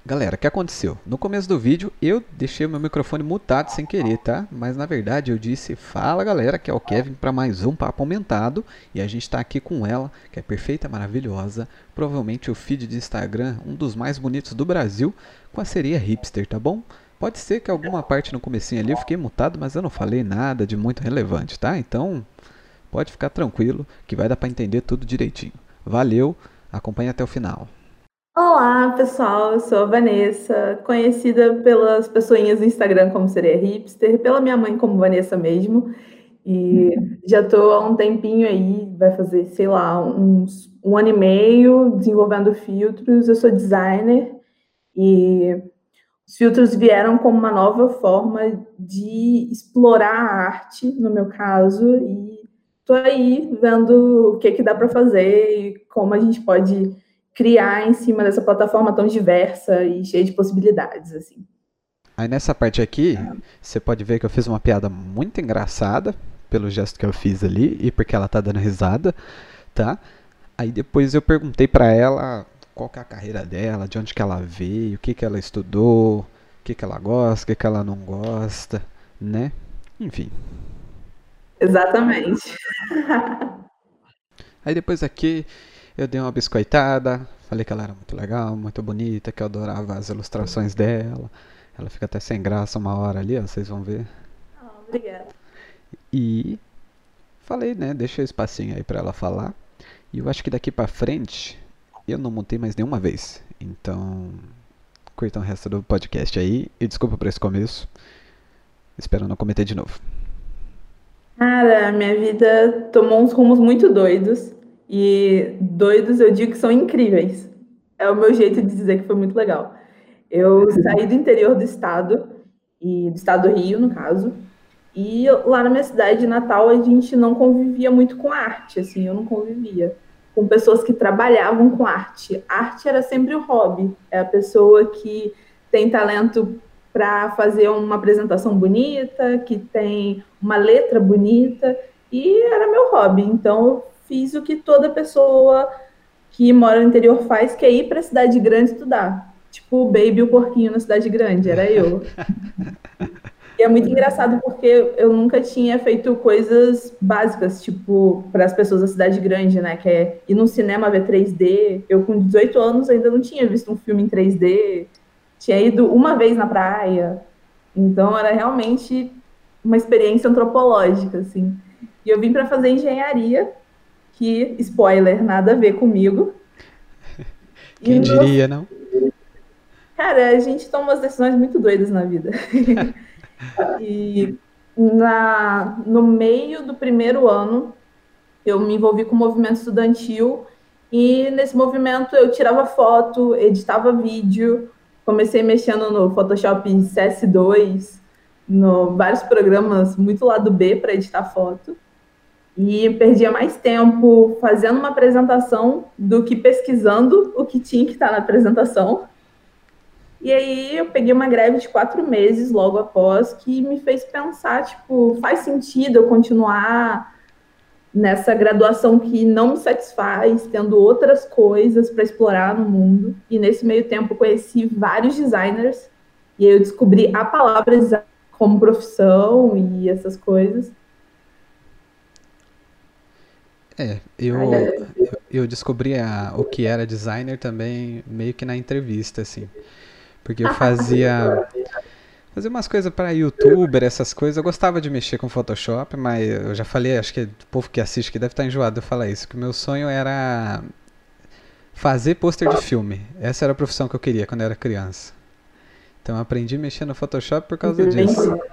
Galera, o que aconteceu? No começo do vídeo eu deixei o meu microfone mutado sem querer, tá? Mas na verdade eu disse: Fala galera, que é o Kevin para mais um Papo Aumentado. E a gente tá aqui com ela, que é perfeita, maravilhosa. Provavelmente o feed de Instagram, um dos mais bonitos do Brasil, com a sereia hipster, tá bom? Pode ser que alguma parte no comecinho ali eu fiquei mutado, mas eu não falei nada de muito relevante, tá? Então pode ficar tranquilo que vai dar para entender tudo direitinho. Valeu, acompanhe até o final. Olá, pessoal. Eu sou a Vanessa, conhecida pelas pessoinhas do Instagram como Sereia Hipster, pela minha mãe como Vanessa mesmo. E já estou há um tempinho aí, vai fazer, sei lá, uns um ano e meio desenvolvendo filtros. Eu sou designer e os filtros vieram como uma nova forma de explorar a arte, no meu caso, e tô aí vendo o que dá para fazer e como a gente pode criar em cima dessa plataforma tão diversa e cheia de possibilidades, assim. Aí nessa parte aqui, você pode ver que eu fiz uma piada muito engraçada pelo gesto que eu fiz ali e porque ela tá dando risada, tá? Aí depois eu perguntei pra ela qual que é a carreira dela, de onde que ela veio, o que que ela estudou, o que que ela gosta, o que que ela não gosta, né? Enfim. Exatamente. Aí depois aqui eu dei uma biscoitada, falei que ela era muito legal, muito bonita, que eu adorava as ilustrações dela. Ela fica até sem graça uma hora ali, ó, vocês vão ver. Ah, obrigada. E falei, né? Deixei o espacinho aí pra ela falar. E eu acho que daqui pra frente eu não montei mais nenhuma vez. Então, curtam o resto do podcast aí. E desculpa por esse começo. Espero não cometer de novo. Cara, minha vida tomou uns rumos muito doidos. E doidos eu digo que são incríveis. É o meu jeito de dizer que foi muito legal. Eu saí do interior do estado, e do estado do Rio, no caso, e lá na minha cidade natal a gente não convivia muito com arte, assim, eu não convivia com pessoas que trabalhavam com arte. Arte era sempre o hobby, é a pessoa que tem talento para fazer uma apresentação bonita, que tem uma letra bonita, e era meu hobby. Então eu fiz o que toda pessoa que mora no interior faz, que é ir para a cidade grande estudar. Tipo o Baby e o Porquinho na cidade grande, era eu. E é muito engraçado porque eu nunca tinha feito coisas básicas, tipo, para as pessoas da cidade grande, né? Que é ir no cinema ver 3D. Eu, com 18 anos, ainda não tinha visto um filme em 3D. Tinha ido uma vez na praia. Então, era realmente uma experiência antropológica, assim. E eu vim para fazer engenharia, que, spoiler, nada a ver comigo. E, Quem diria, não? cara, a gente toma umas decisões muito doidas na vida. E no meio do primeiro ano, eu me envolvi com o movimento estudantil e nesse movimento eu tirava foto, editava vídeo, comecei mexendo no Photoshop CS2, no vários programas muito lado B para editar foto. E perdia mais tempo fazendo uma apresentação do que pesquisando o que tinha que estar na apresentação. E aí eu peguei uma greve de 4 meses logo após, que me fez pensar, tipo, faz sentido eu continuar nessa graduação que não me satisfaz, tendo outras coisas para explorar no mundo. E nesse meio tempo eu conheci vários designers, e aí eu descobri a palavra design como profissão e essas coisas. É, Aí, eu descobri o que era designer também meio que na entrevista, assim. Porque eu fazia umas coisas para youtuber, essas coisas. Eu gostava de mexer com Photoshop, mas eu já falei, acho que o povo que assiste que deve estar enjoado de eu falar isso, que o meu sonho era fazer pôster de filme. Essa era a profissão que eu queria quando eu era criança. Então eu aprendi a mexer no Photoshop por causa disso. entendi.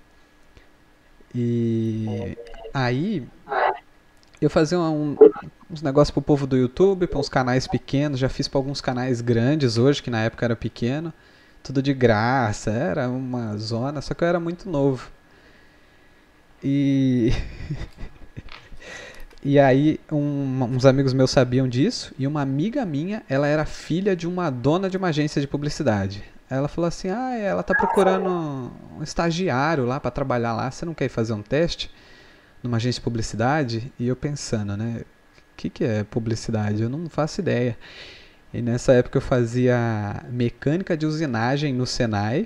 E aí eu fazia uns negócios pro povo do YouTube, para uns canais pequenos, já fiz para alguns canais grandes hoje, que na época era pequeno. Tudo de graça, era uma zona, só que eu era muito novo. E, e aí uns amigos meus sabiam disso, e uma amiga minha, ela era filha de uma dona de uma agência de publicidade. Aí ela falou assim: "Ah, ela tá procurando um estagiário lá para trabalhar lá, você não quer ir fazer um teste numa agência de publicidade?" E eu pensando, né, o que que é publicidade? Eu não faço ideia. E nessa época eu fazia mecânica de usinagem no Senai,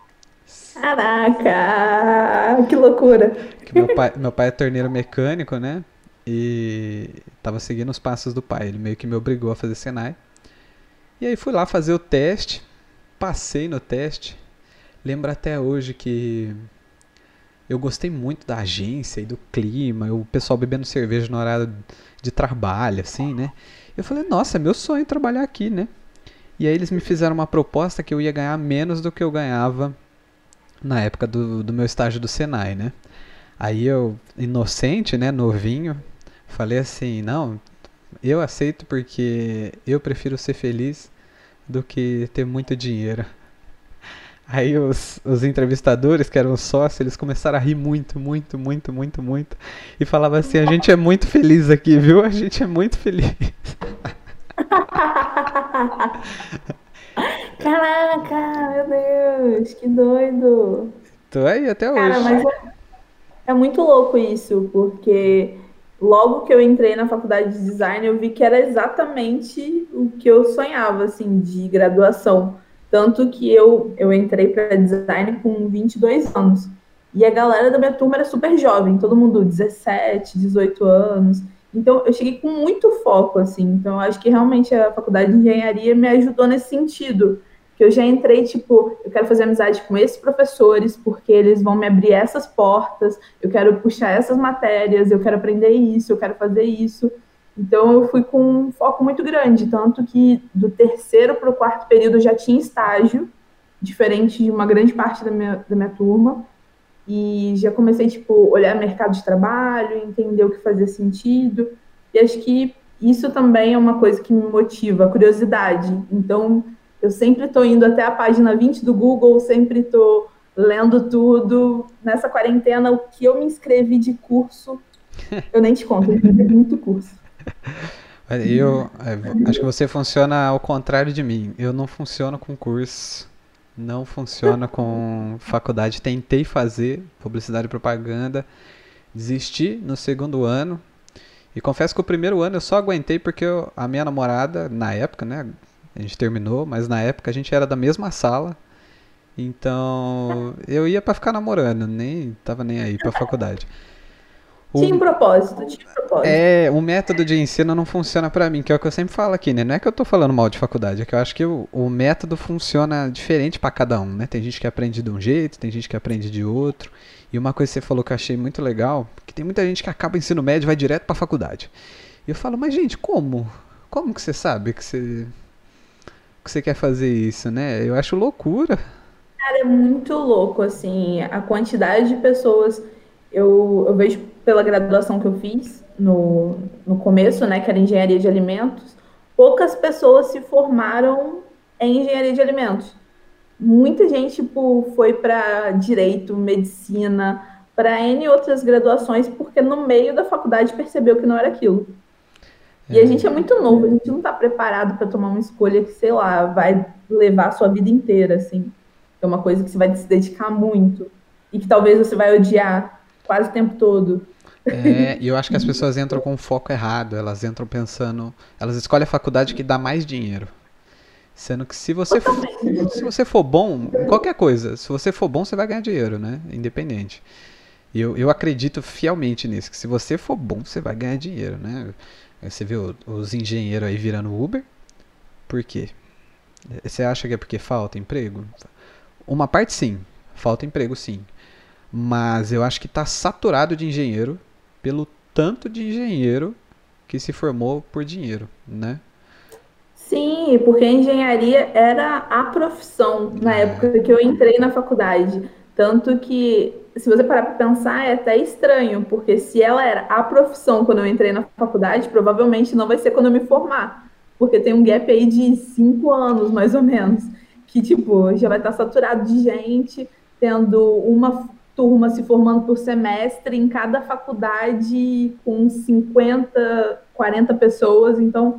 Caraca, que loucura. que meu pai é torneiro mecânico, né? E tava seguindo os passos do pai. Ele meio que me obrigou a fazer Senai. E aí fui lá fazer o teste, passei no teste. Lembro até hoje que eu gostei muito da agência e do clima, o pessoal bebendo cerveja no horário de trabalho, assim, né? Eu falei, nossa, é meu sonho trabalhar aqui, né? E aí eles me fizeram uma proposta que eu ia ganhar menos do que eu ganhava na época do meu estágio do Senai, né? Aí eu, inocente, né, novinho, falei assim, não, eu aceito porque eu prefiro ser feliz do que ter muito dinheiro. Aí os entrevistadores, que eram sócios, eles começaram a rir muito, muito, muito, muito, muito. E falavam assim, a gente é muito feliz aqui, viu? A gente é muito feliz. Caraca, meu Deus, que doido. Tô aí até Cara, hoje. mas é muito louco isso, porque logo que eu entrei na faculdade de design, eu vi que era exatamente o que eu sonhava, assim, de graduação. Tanto que eu entrei para design com 22 anos. E a galera da minha turma era super jovem, todo mundo 17, 18 anos. Então, eu cheguei com muito foco, assim. Então, eu acho que realmente a faculdade de engenharia me ajudou nesse sentido, que eu já entrei, tipo, eu quero fazer amizade com esses professores, porque eles vão me abrir essas portas, eu quero puxar essas matérias, eu quero aprender isso, eu quero fazer isso. Então eu fui com um foco muito grande, tanto que do terceiro para o quarto período eu já tinha estágio, diferente de uma grande parte da minha turma, e já comecei, tipo, olhar mercado de trabalho, entender o que fazia sentido, e acho que isso também é uma coisa que me motiva, a curiosidade. Então, eu sempre estou indo até a página 20 do Google, sempre estou lendo tudo. Nessa quarentena, o que eu me inscrevi de curso, eu nem te conto, eu fiz muito curso. Eu acho que você funciona ao contrário de mim. Eu não funciono com curso, não funciona com faculdade. Tentei fazer publicidade e propaganda, desisti no segundo ano. E confesso que o primeiro ano eu só aguentei porque a minha namorada, na época, né? A gente terminou, mas na época a gente era da mesma sala. Então eu ia pra ficar namorando, nem tava nem aí pra faculdade. Tinha O, um propósito, tinha um propósito. o método de ensino não funciona pra mim, que é o que eu sempre falo aqui, né? Não é que eu tô falando mal de faculdade, é que eu acho que o método funciona diferente pra cada um, né? Tem gente que aprende de um jeito, tem gente que aprende de outro. E uma coisa que você falou que eu achei muito legal, que tem muita gente que acaba o ensino médio e vai direto pra faculdade. E eu falo, mas gente, como? Como que você sabe que você quer fazer isso, né? Eu acho loucura. Cara, é muito louco, assim, a quantidade de pessoas. Eu vejo pela graduação que eu fiz no começo, né, que era engenharia de alimentos, poucas pessoas se formaram em engenharia de alimentos. Muita gente, tipo, foi para direito, medicina, para N outras graduações, porque no meio da faculdade percebeu que não era aquilo. E a gente é muito novo, a gente não está preparado para tomar uma escolha que, sei lá, vai levar a sua vida inteira, assim. É uma coisa que você vai se dedicar muito e que talvez você vai odiar quase o tempo todo. E eu acho que as pessoas entram com o foco errado, elas entram pensando, elas escolhem a faculdade que dá mais dinheiro. Sendo que se você for bom em qualquer coisa, se você for bom, você vai ganhar dinheiro, né? Independente. E eu acredito fielmente nisso, que se você for bom, você vai ganhar dinheiro, né? Você vê os engenheiros aí virando Uber, por quê? Você acha que é porque falta emprego? Uma parte sim, falta emprego sim. Mas eu acho que está saturado de engenheiro pelo tanto de engenheiro que se formou por dinheiro, né? Sim, porque a engenharia era a profissão na época que eu entrei na faculdade. Tanto que, se você parar para pensar, é até estranho, porque se ela era a profissão quando eu entrei na faculdade, provavelmente não vai ser quando eu me formar. Porque tem um gap aí de 5 anos, mais ou menos, que, tipo, já vai estar saturado de gente, tendo uma turma se formando por semestre em cada faculdade com 50, 40 pessoas. Então,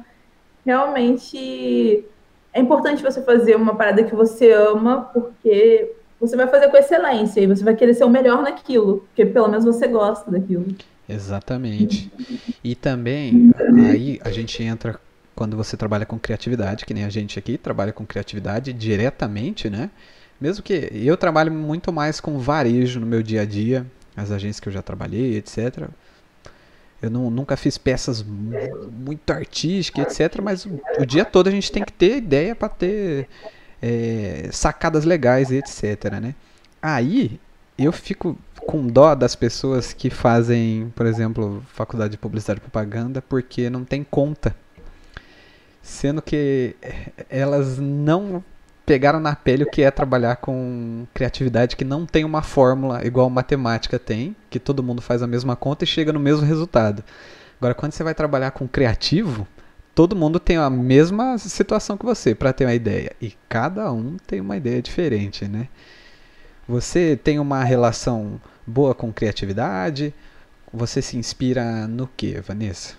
realmente é importante você fazer uma parada que você ama, porque você vai fazer com excelência e você vai querer ser o melhor naquilo, porque pelo menos você gosta daquilo. Exatamente. E também, aí a gente entra quando você trabalha com criatividade, que nem a gente aqui trabalha com criatividade diretamente, né? Mesmo que eu trabalho muito mais com varejo no meu dia a dia, as agências que eu já trabalhei, etc. Eu nunca fiz peças muito artísticas, etc. Mas o dia todo a gente tem que ter ideia para ter sacadas legais e etc, né? Aí eu fico com dó das pessoas que fazem, por exemplo, faculdade de publicidade e propaganda porque não tem conta. Sendo que elas não pegaram na pele o que é trabalhar com criatividade, que não tem uma fórmula igual matemática tem, que todo mundo faz a mesma conta e chega no mesmo resultado. Agora, quando você vai trabalhar com criativo, todo mundo tem a mesma situação que você, para ter uma ideia. E cada um tem uma ideia diferente, né? Você tem uma relação boa com criatividade? Você se inspira no que, Vanessa?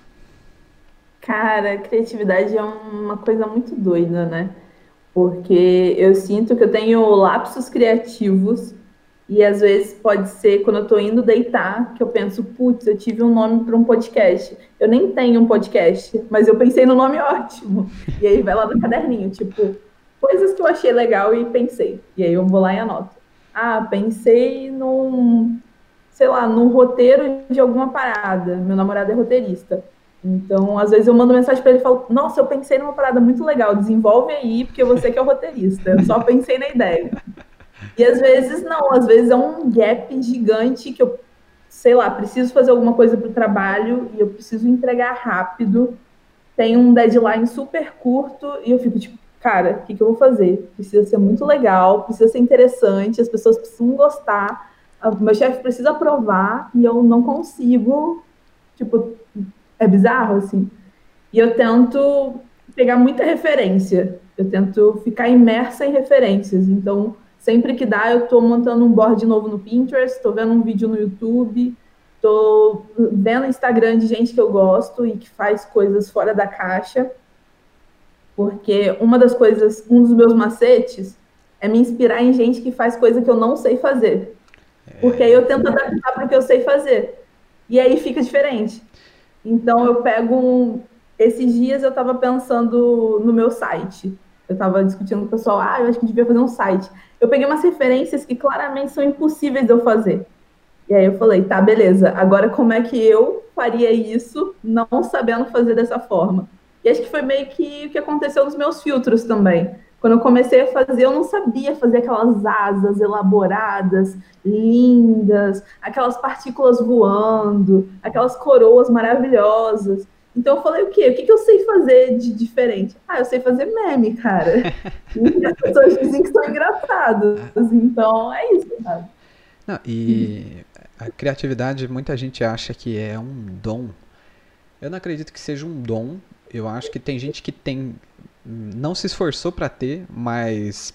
Cara, criatividade é uma coisa muito doida, né? Porque eu sinto que eu tenho lapsos criativos e às vezes pode ser quando eu tô indo deitar que eu penso, putz, eu tive um nome para um podcast. Eu nem tenho um podcast, mas eu pensei no nome ótimo. E aí vai lá no caderninho, tipo, coisas que eu achei legal e pensei. E aí eu vou lá e anoto. Ah, pensei num, sei lá, num roteiro de alguma parada. Meu namorado é roteirista. Então, às vezes eu mando mensagem para ele e falo: Nossa, eu pensei numa parada muito legal, desenvolve aí, porque você que é o roteirista. Eu só pensei na ideia. E às vezes não, às vezes é um gap gigante que eu, sei lá, preciso fazer alguma coisa para o trabalho e eu preciso entregar rápido. Tem um deadline super curto e eu fico tipo, cara, o que eu vou fazer? Precisa ser muito legal, precisa ser interessante, as pessoas precisam gostar, meu chefe precisa aprovar e eu não consigo, tipo, é bizarro, assim. E eu tento pegar muita referência. Eu tento ficar imersa em referências. Então, sempre que dá, eu estou montando um board novo no Pinterest, estou vendo um vídeo no YouTube, estou vendo Instagram de gente que eu gosto e que faz coisas fora da caixa. Porque uma das coisas, um dos meus macetes é me inspirar em gente que faz coisa que eu não sei fazer. Porque aí eu tento adaptar para o que eu sei fazer. E aí fica diferente. Então eu pego esses dias eu estava pensando no meu site. Eu estava discutindo com o pessoal, eu acho que devia fazer um site. Eu peguei umas referências que claramente são impossíveis de eu fazer. E aí eu falei, tá, beleza, agora como é que eu faria isso não sabendo fazer dessa forma? E acho que foi meio que o que aconteceu nos meus filtros também. Quando eu comecei a fazer, eu não sabia fazer aquelas asas elaboradas, lindas, aquelas partículas voando, aquelas coroas maravilhosas. Então eu falei, o quê? O que eu sei fazer de diferente? Eu sei fazer meme, cara. E as pessoas dizem que são engraçados. Então é isso, sabe? Não, e a criatividade, muita gente acha que é um dom. Eu não acredito que seja um dom. Eu acho que tem gente que não se esforçou para ter, mas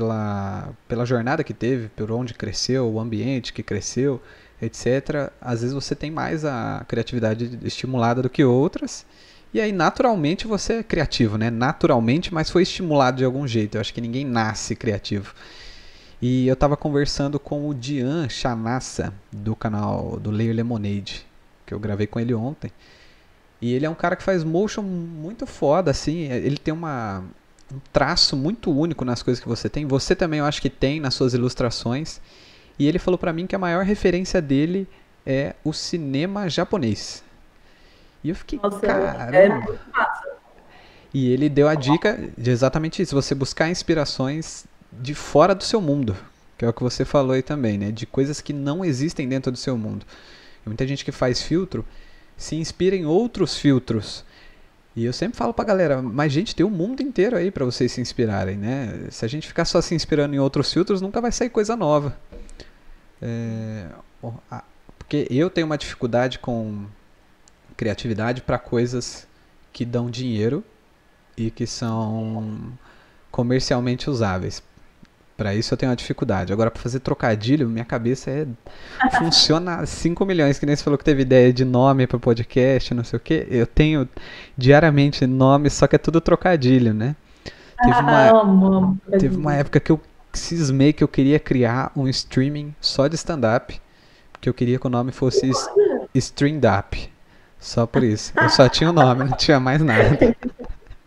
pela jornada que teve, por onde cresceu, o ambiente que cresceu, etc. Às vezes você tem mais a criatividade estimulada do que outras. E aí, naturalmente, você é criativo, né? Naturalmente, mas foi estimulado de algum jeito. Eu acho que ninguém nasce criativo. E eu tava conversando com o Dian Chanassa, do canal do Layer Lemonade, que eu gravei com ele ontem. E ele é um cara que faz motion muito foda, assim. Ele tem um traço muito único nas coisas que você tem. Você também, eu acho que tem nas suas ilustrações. E ele falou pra mim que a maior referência dele é o cinema japonês. E eu fiquei, Nossa, caramba. muito massa. E ele deu a dica de exatamente isso. Você buscar inspirações de fora do seu mundo. Que é o que você falou aí também, né? De coisas que não existem dentro do seu mundo. E muita gente que faz filtro se inspira em outros filtros. E eu sempre falo pra galera, mas gente, tem o mundo inteiro aí pra vocês se inspirarem, né? Se a gente ficar só se inspirando em outros filtros, nunca vai sair coisa nova. Porque eu tenho uma dificuldade com criatividade para coisas que dão dinheiro e que são comercialmente usáveis. Para isso eu tenho uma dificuldade. Agora, para fazer trocadilho, minha cabeça funciona 5 milhões, que nem você falou que teve ideia de nome para podcast, não sei o que. Eu tenho diariamente nome, só que é tudo trocadilho, né? Teve uma época que eu cismei que eu queria criar um streaming só de stand-up, que eu queria que o nome fosse Stream Up. Só por isso. Eu só tinha o nome, não tinha mais nada.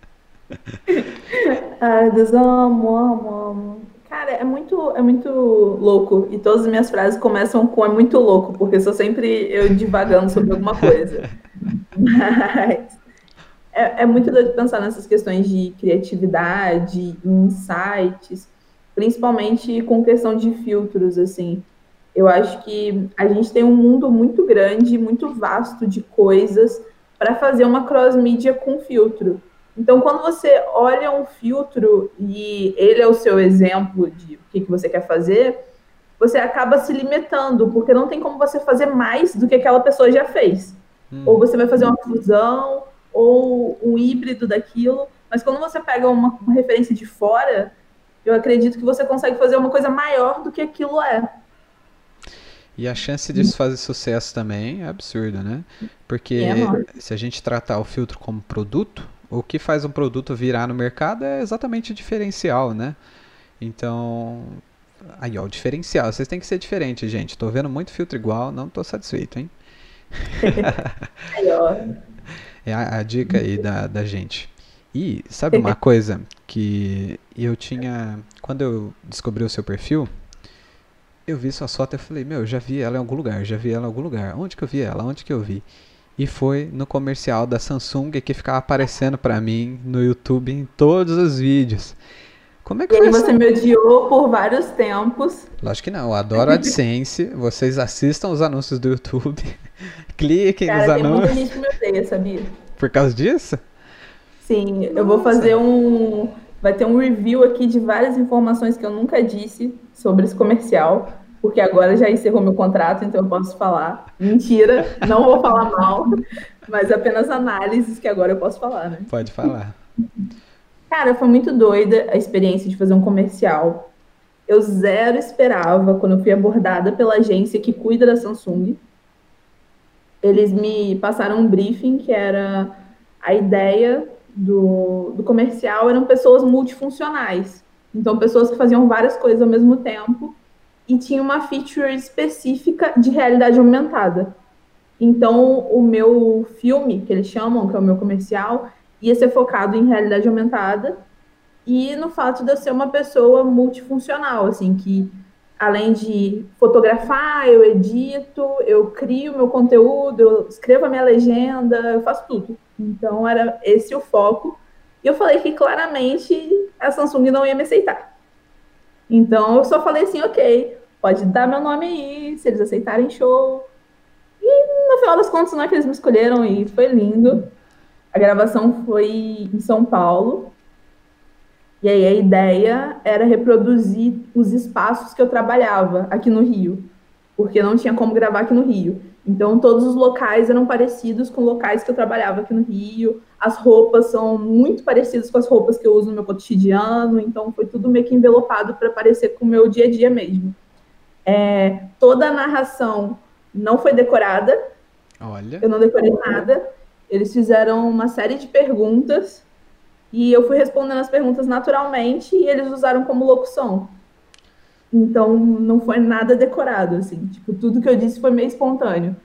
Ai, Deus, amo, amo, amo. Cara, é muito louco. E todas as minhas frases começam com é muito louco, porque sou sempre eu divagando sobre alguma coisa. Mas é muito doido pensar nessas questões de criatividade, insights, principalmente com questão de filtros, assim. Eu acho que a gente tem um mundo muito grande, muito vasto de coisas para fazer uma cross-mídia com filtro. Então, quando você olha um filtro e ele é o seu exemplo de o que você quer fazer, você acaba se limitando, porque não tem como você fazer mais do que aquela pessoa já fez. Ou você vai fazer uma fusão, ou um híbrido daquilo. Mas quando você pega uma referência de fora, eu acredito que você consegue fazer uma coisa maior do que aquilo é. E a chance disso fazer sucesso também é absurda, né? É Porque enorme. se a gente tratar o filtro como produto, o que faz um produto virar no mercado é exatamente o diferencial, né? Então, aí ó, o diferencial. Vocês têm que ser diferentes, gente. Tô vendo muito filtro igual, não tô satisfeito, hein? Maior. É a dica aí da gente. E sabe uma coisa que eu tinha. Quando eu descobri o seu perfil, eu vi sua foto e falei, meu, eu já vi ela em algum lugar, já vi ela em algum lugar. Onde que eu vi ela? Onde que eu vi? E foi no comercial da Samsung que ficava aparecendo pra mim no YouTube em todos os vídeos. Como é que E foi aí você essa? me odiou por vários tempos. Lógico que não, eu adoro a AdSense. Vocês assistam os anúncios do YouTube, cliquem nos Cara, tem muita anúncios gente que me odeia, sabia? por causa disso. Sim, eu vou fazer Nossa, um. Vai ter um review aqui de várias informações que eu nunca disse sobre esse comercial, porque agora já encerrou meu contrato, então eu posso falar. Mentira, não vou falar mal, mas apenas análises que agora eu posso falar, né? pode falar. Cara, foi muito doida a experiência de fazer um comercial. Eu zero esperava quando eu fui abordada pela agência que cuida da Samsung. Eles me passaram um briefing que era a ideia do comercial eram pessoas multifuncionais. Então, pessoas que faziam várias coisas ao mesmo tempo e tinha uma feature específica de realidade aumentada. Então, o meu filme, que eles chamam, que é o meu comercial, ia ser focado em realidade aumentada e no fato de eu ser uma pessoa multifuncional, assim, que além de fotografar, eu edito, eu crio meu conteúdo, eu escrevo a minha legenda, eu faço tudo. Então era esse o foco. E eu falei que claramente a Samsung não ia me aceitar. Então eu só falei assim, ok, pode dar meu nome aí, se eles aceitarem, show. E no final das contas, não é que eles me escolheram e foi lindo. A gravação foi em São Paulo. E aí a ideia era reproduzir os espaços que eu trabalhava aqui no Rio, porque não tinha como gravar aqui no Rio. Então todos os locais eram parecidos com locais que eu trabalhava aqui no Rio. As roupas são muito parecidas com as roupas que eu uso no meu cotidiano, então foi tudo meio que envelopado para parecer com o meu dia a dia mesmo. Toda a narração não foi decorada, Olha, eu não decorei nada. Eles fizeram uma série de perguntas e eu fui respondendo as perguntas naturalmente e eles usaram como locução. Então não foi nada decorado, assim. Tipo, tudo que eu disse foi meio espontâneo.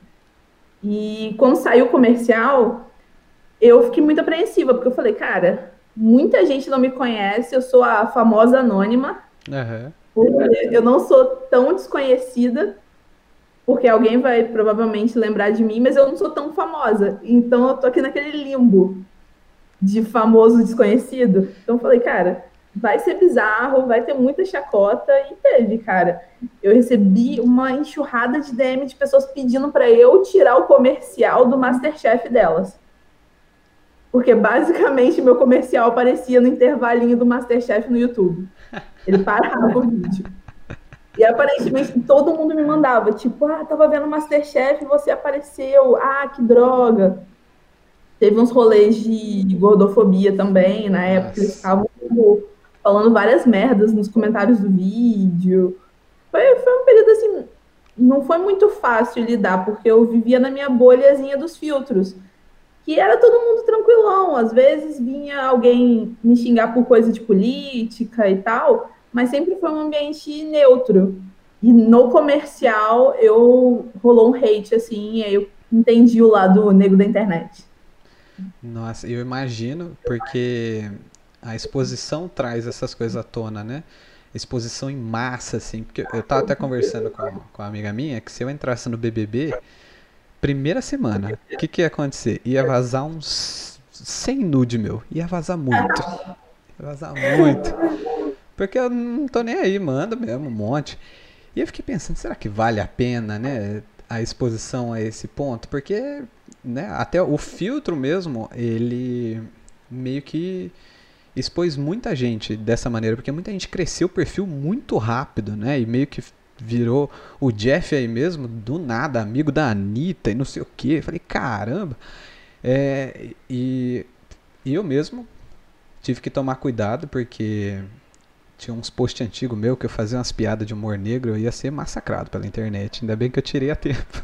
E quando saiu o comercial, eu fiquei muito apreensiva, porque eu falei, cara, muita gente não me conhece, eu sou a famosa anônima, aham. eu não sou tão desconhecida, porque alguém vai provavelmente lembrar de mim, mas eu não sou tão famosa. Então eu tô aqui naquele limbo de famoso desconhecido. Então eu falei, cara, vai ser bizarro, vai ter muita chacota e teve, cara. Eu recebi uma enxurrada de DM de pessoas pedindo para eu tirar o comercial do MasterChef delas. Porque basicamente meu comercial aparecia no intervalinho do MasterChef no YouTube. Ele parava o vídeo. E aparentemente todo mundo me mandava, tipo, ah, tava vendo MasterChef e você apareceu, ah, que droga. Teve uns rolês de gordofobia também, na época, eles Nossa. ficavam tipo, falando várias merdas nos comentários do vídeo. Foi um período assim, não foi muito fácil lidar, porque eu vivia na minha bolhazinha dos filtros, que era todo mundo tranquilão. Às vezes vinha alguém me xingar por coisa de política e tal, mas sempre foi um ambiente neutro. E no comercial eu rolou um hate, assim, e aí eu entendi o lado negro da internet. Nossa, eu imagino, porque a exposição traz essas coisas à tona, né? Exposição em massa, assim. Porque eu tava até conversando com uma amiga minha que se eu entrasse no BBB, primeira semana, o que que ia acontecer? Ia vazar uns 100 nude, meu. Ia vazar muito. Ia vazar muito. Porque eu não tô nem aí, manda mesmo, um monte. E eu fiquei pensando, será que vale a pena, né, a exposição a esse ponto? Porque, né, até o filtro mesmo, ele meio que expôs muita gente dessa maneira, porque muita gente cresceu o perfil muito rápido, né, e meio que virou o Jeff aí mesmo, do nada, amigo da Anitta e não sei o que. Eu falei, caramba. E eu mesmo tive que tomar cuidado, porque tinha uns posts antigos meu que eu fazia umas piadas de humor negro, eu ia ser massacrado pela internet. Ainda bem que eu tirei a tempo.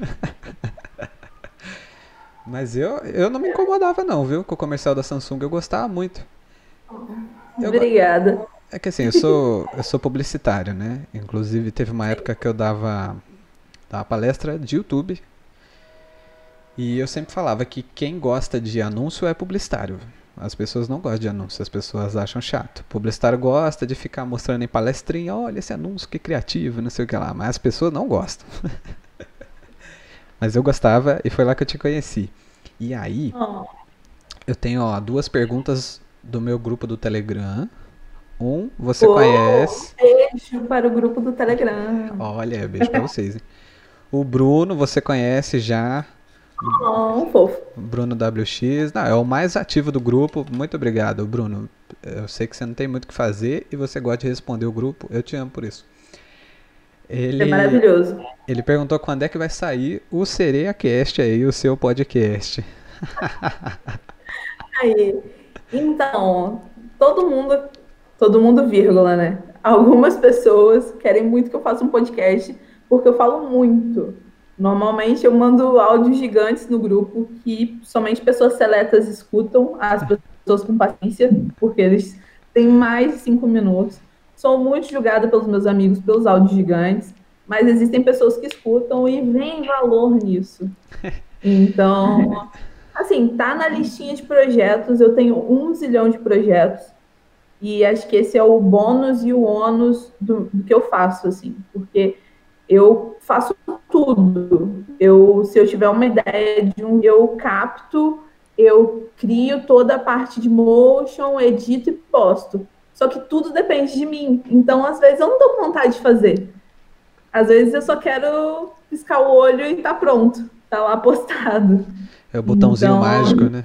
Mas eu não me incomodava não, viu? Com o comercial da Samsung eu gostava muito. Eu, go- Obrigada. é que assim, eu sou publicitário, né? Inclusive teve uma época que eu dava palestra de YouTube. E eu sempre falava que quem gosta de anúncio é publicitário. As pessoas não gostam de anúncio, as pessoas acham chato. O publicitário gosta de ficar mostrando em palestrinha, olha esse anúncio que criativo, não sei o que lá. Mas as pessoas não gostam. Mas eu gostava e foi lá que eu te conheci. E aí, Oh, eu tenho ó, duas perguntas do meu grupo do Telegram. Um, você oh, conhece. beijo para o grupo do Telegram. Olha, beijo pra vocês, hein? O Bruno, você conhece já. Oh, fofo. Bruno WX, não, é o mais ativo do grupo. Muito obrigado, Bruno. Eu sei que você não tem muito o que fazer e você gosta de responder o grupo. Eu te amo por isso. É Ele, maravilhoso. ele perguntou quando é que vai sair o Sereia Cast aí, o seu podcast. Aí, então, todo mundo, vírgula, né? Algumas pessoas querem muito que eu faça um podcast, porque eu falo muito. Normalmente eu mando áudios gigantes no grupo que somente pessoas seletas escutam, as pessoas com paciência, porque eles têm mais de 5 minutos. Sou muito julgada pelos meus amigos pelos áudios gigantes, mas existem pessoas que escutam e veem valor nisso. Então, assim, tá na listinha de projetos, eu tenho 1 zilhão de projetos, e acho que esse é o bônus e o ônus do que eu faço, assim, porque eu faço tudo. Se eu tiver uma ideia eu capto, eu crio toda a parte de motion, edito e posto. Só que tudo depende de mim. Então, às vezes, eu não tô com vontade de fazer. Às vezes eu só quero piscar o olho e tá pronto. Tá lá postado. É o botãozinho Então, mágico, né?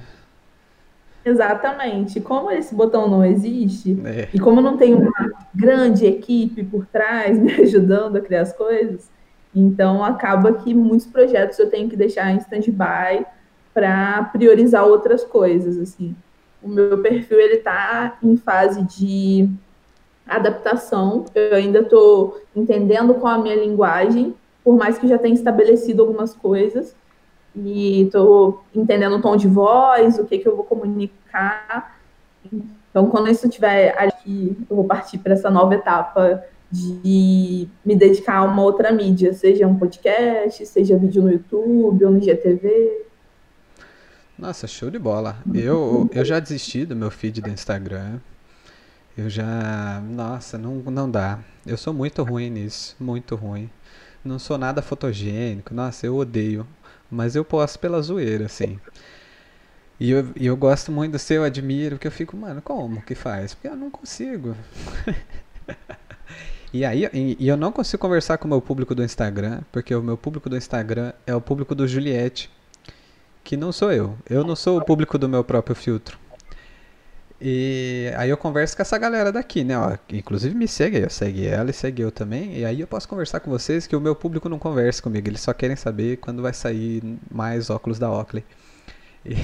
exatamente. Como esse botão não existe, É. e como eu não tenho uma grande equipe por trás me ajudando a criar as coisas, então acaba que muitos projetos eu tenho que deixar em stand-by para priorizar outras coisas, assim. O meu perfil ele está em fase de adaptação. Eu ainda estou entendendo qual a minha linguagem, por mais que já tenha estabelecido algumas coisas e estou entendendo o tom de voz, o que, que eu vou comunicar. Então, quando isso tiver aqui, eu vou partir para essa nova etapa de me dedicar a uma outra mídia, seja um podcast, seja vídeo no YouTube ou no IGTV. Nossa, show de bola. Eu já desisti do meu feed do Instagram. Eu já. Nossa, não dá. Eu sou muito ruim nisso. Muito ruim. Não sou nada fotogênico. Nossa, eu odeio. Mas eu posto pela zoeira, assim. E eu gosto muito do seu, eu admiro, porque eu fico, mano, como que faz? Porque eu não consigo. E eu não consigo conversar com o meu público do Instagram, porque o meu público do Instagram é o público do Juliette, que não sou eu. Eu não sou o público do meu próprio filtro. E aí eu converso com essa galera daqui, né? Ó, inclusive me segue aí, segue ela e segue eu também. E aí eu posso conversar com vocês que o meu público não conversa comigo, eles só querem saber quando vai sair mais óculos da Oakley. E,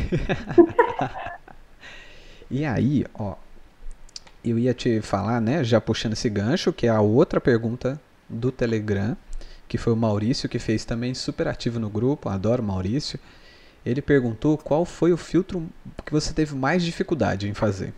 e aí, ó, eu ia te falar, né, já puxando esse gancho, que é a outra pergunta do Telegram, que foi o Maurício que fez também, super ativo no grupo, adoro o Maurício. Ele perguntou qual foi o filtro que você teve mais dificuldade em fazer.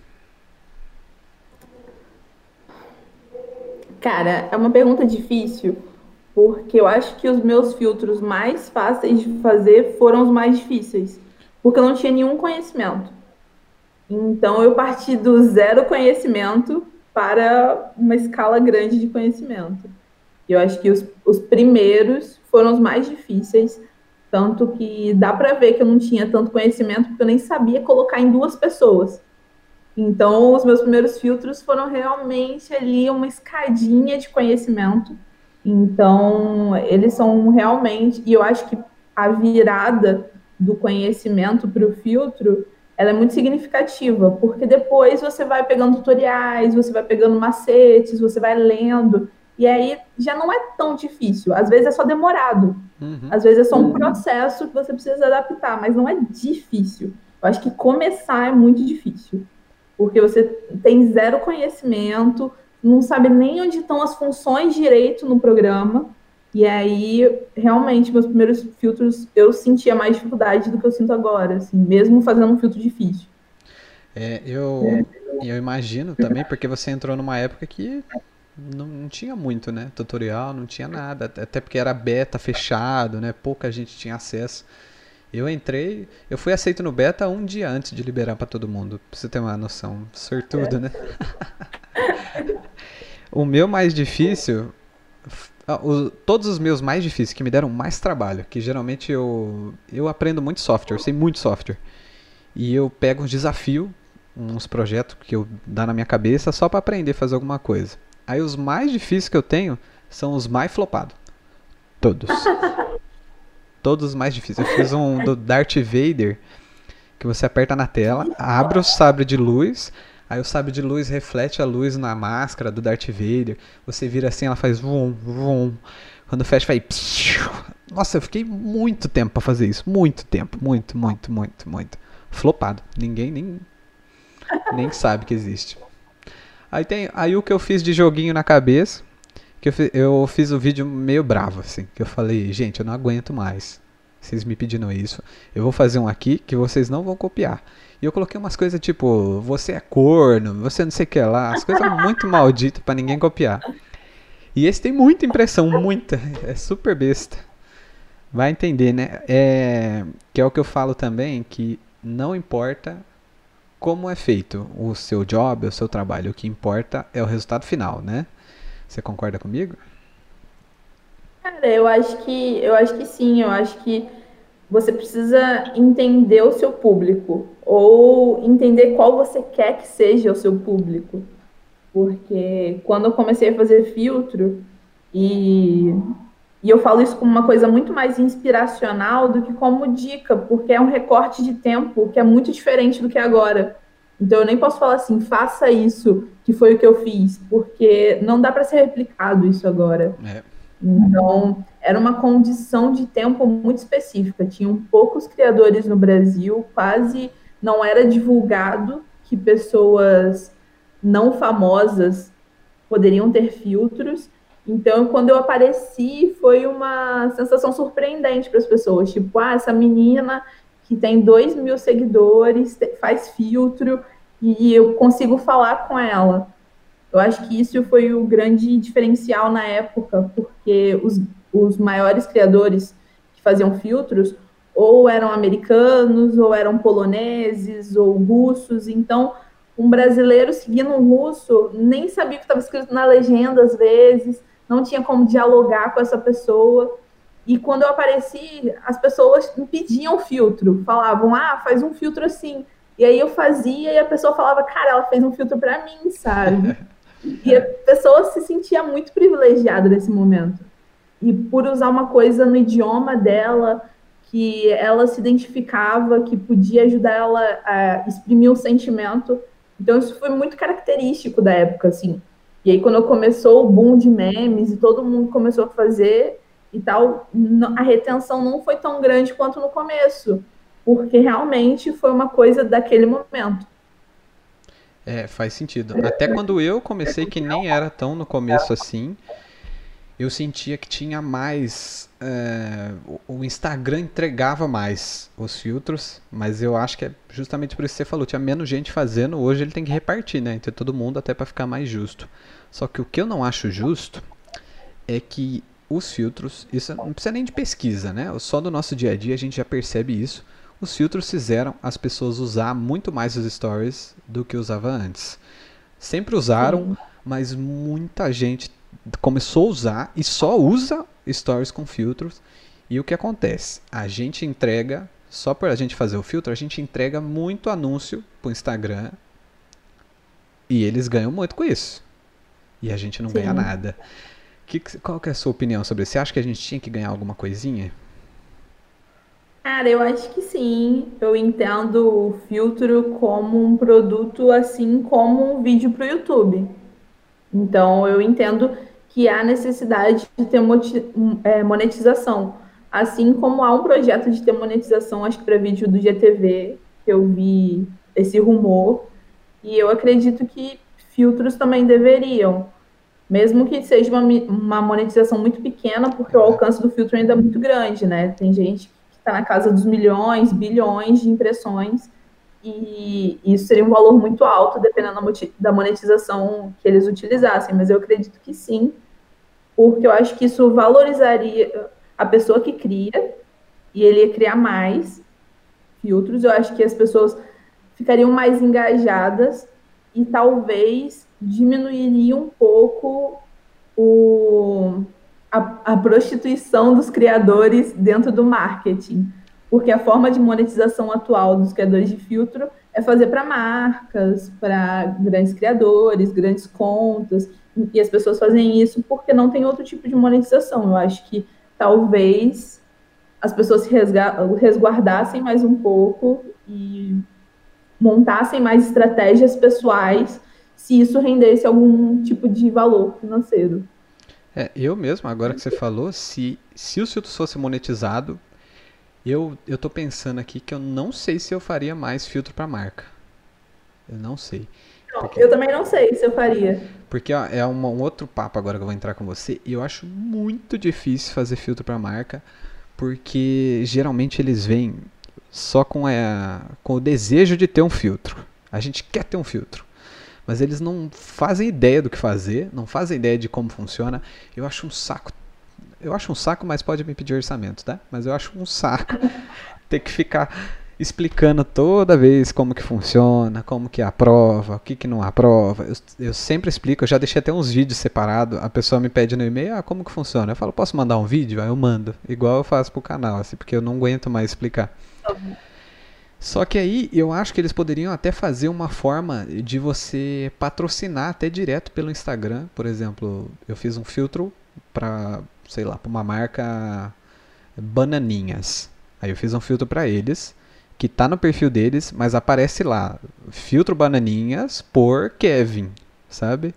Cara, é uma pergunta difícil, porque eu acho que os meus filtros mais fáceis de fazer foram os mais difíceis, porque eu não tinha nenhum conhecimento. Então, eu parti do zero conhecimento para uma escala grande de conhecimento. Eu acho que os primeiros foram os mais difíceis, tanto que dá para ver que eu não tinha tanto conhecimento, porque eu nem sabia colocar em duas pessoas. Então, os meus primeiros filtros foram realmente ali uma escadinha de conhecimento. Então, eles são realmente. E eu acho que a virada do conhecimento para o filtro ela é muito significativa, porque depois você vai pegando tutoriais, você vai pegando macetes, você vai lendo, e aí já não é tão difícil. Às vezes é só demorado, Uhum. às vezes é só um processo que você precisa adaptar, mas não é difícil. Eu acho que começar é muito difícil porque você tem zero conhecimento, não sabe nem onde estão as funções direito no programa. E aí, realmente, meus primeiros filtros eu sentia mais dificuldade do que eu sinto agora, assim, mesmo fazendo um filtro difícil. Eu imagino também, porque você entrou numa época que não tinha muito, né? Tutorial, não tinha nada. Até porque era beta fechado, né? Pouca gente tinha acesso. Eu fui aceito no beta um dia antes de liberar pra todo mundo, pra você ter uma noção. Sortudo, né? O meu mais difícil, todos os meus mais difíceis, que me deram mais trabalho, que geralmente eu aprendo muito software, eu sei muito software. E eu pego uns desafios, uns projetos que eu dá na minha cabeça só pra aprender a fazer alguma coisa. Aí os mais difíceis que eu tenho são os mais flopados. Todos. Todos os mais difíceis. Eu fiz um do Darth Vader, que você aperta na tela, abre o sabre de luz, aí o sabre de luz reflete a luz na máscara do Darth Vader, você vira assim, ela faz vum, vum, quando fecha vai psiu. Nossa, eu fiquei muito tempo pra fazer isso, muito tempo, muito, muito, muito, muito. Flopado, ninguém nem sabe que existe. Aí o que eu fiz de joguinho na cabeça, que eu fiz o vídeo meio bravo, assim, que eu falei, gente, eu não aguento mais vocês me pedindo isso, eu vou fazer um aqui que vocês não vão copiar. E eu coloquei umas coisas tipo, você é corno, você não sei o que lá, as coisas muito malditas pra ninguém copiar. E esse tem muita impressão, muita, é super besta. Vai entender, né? Que é o que eu falo também, que não importa como é feito o seu job, o seu trabalho, o que importa é o resultado final, né? Você concorda comigo? Cara, eu acho que sim, eu acho que você precisa entender o seu público ou entender qual você quer que seja o seu público. Porque quando eu comecei a fazer filtro, e, e eu falo isso como uma coisa muito mais inspiracional do que como dica, porque é um recorte de tempo que é muito diferente do que é agora. Então eu nem posso falar assim, faça isso, que foi o que eu fiz, porque não dá para ser replicado isso agora. É. Então, era uma condição de tempo muito específica. Tinham poucos criadores no Brasil, quase não era divulgado que pessoas não famosas poderiam ter filtros. Então, quando eu apareci, foi uma sensação surpreendente para as pessoas. Tipo, essa menina que tem 2.000 seguidores faz filtro e eu consigo falar com ela. Eu acho que isso foi o grande diferencial na época, porque os maiores criadores que faziam filtros ou eram americanos, ou eram poloneses, ou russos. Então, um brasileiro seguindo um russo nem sabia o que estava escrito na legenda, às vezes, não tinha como dialogar com essa pessoa. E quando eu apareci, as pessoas me pediam filtro, falavam, faz um filtro assim. E aí eu fazia e a pessoa falava, cara, ela fez um filtro para mim, sabe? E a pessoa se sentia muito privilegiada nesse momento. E por usar uma coisa no idioma dela, que ela se identificava, que podia ajudar ela a exprimir o sentimento. Então, isso foi muito característico da época, assim. E aí, quando começou o boom de memes e todo mundo começou a fazer e tal, a retenção não foi tão grande quanto no começo, porque realmente foi uma coisa daquele momento. Faz sentido. Até quando eu comecei, que nem era tão no começo assim, eu sentia que tinha mais. O Instagram entregava mais os filtros, mas eu acho que é justamente por isso que você falou, tinha menos gente fazendo, hoje ele tem que repartir, né, entre todo mundo até para ficar mais justo. Só que o que eu não acho justo é que os filtros, isso não precisa nem de pesquisa, né? Só do nosso dia a dia a gente já percebe isso. os filtros fizeram as pessoas usar muito mais os stories do que usava antes. Sempre usaram, Sim, mas muita gente começou a usar e só usa stories com filtros. E o que acontece? A gente entrega, só por a gente fazer o filtro, a gente entrega muito anúncio pro Instagram e eles ganham muito com isso. E a gente não ganha sim. nada. Qual que é a sua opinião sobre isso? Você acha que a gente tinha que ganhar alguma coisinha? Cara, eu acho que sim. Eu entendo o filtro como um produto, assim como um vídeo para o YouTube. Então, eu entendo que há necessidade de ter monetização. Assim como há um projeto de ter monetização, acho que para vídeo do GTV, que eu vi esse rumor, e eu acredito que filtros também deveriam. Mesmo que seja uma monetização muito pequena, porque o alcance do filtro ainda é muito grande, né? Tem gente que está na casa dos milhões, bilhões de impressões, e isso seria um valor muito alto, dependendo da monetização que eles utilizassem. Mas eu acredito que sim, porque eu acho que isso valorizaria a pessoa que cria, e ele ia criar mais filtros. Eu acho que as pessoas ficariam mais engajadas e talvez diminuiria um pouco o, a prostituição dos criadores dentro do marketing. Porque a forma de monetização atual dos criadores de filtro é fazer para marcas, para grandes criadores, grandes contas, e as pessoas fazem isso porque não tem outro tipo de monetização. Eu acho que talvez as pessoas se resguardassem mais um pouco e montassem mais estratégias pessoais se isso rendesse algum tipo de valor financeiro. Eu mesmo, agora que você falou, se o filtro fosse monetizado, eu tô pensando aqui que eu não sei se eu faria mais filtro para marca. Eu não sei. Não, Porque, eu também não sei se eu faria. porque ó, é um outro papo agora que eu vou entrar com você. E eu acho muito difícil fazer filtro para marca, porque geralmente eles vêm só com o desejo de ter um filtro. A gente quer ter um filtro. Mas eles não fazem ideia do que fazer, não fazem ideia de como funciona. Eu acho um saco. Eu acho um saco, mas pode me pedir orçamento, tá? Mas eu acho um saco ter que ficar explicando toda vez como que funciona, como que aprova, o que que não aprova. Eu sempre explico, eu já deixei até uns vídeos separados. A pessoa me pede no e-mail, como que funciona? Eu falo, posso mandar um vídeo? Aí eu mando, igual eu faço pro canal, assim, porque eu não aguento mais explicar. Só que aí eu acho que eles poderiam até fazer uma forma de você patrocinar até direto pelo Instagram. Por exemplo, eu fiz um filtro para, sei lá, para uma marca Bananinhas. Aí eu fiz um filtro para eles, que tá no perfil deles, mas aparece lá, filtro Bananinhas por Kevin, sabe?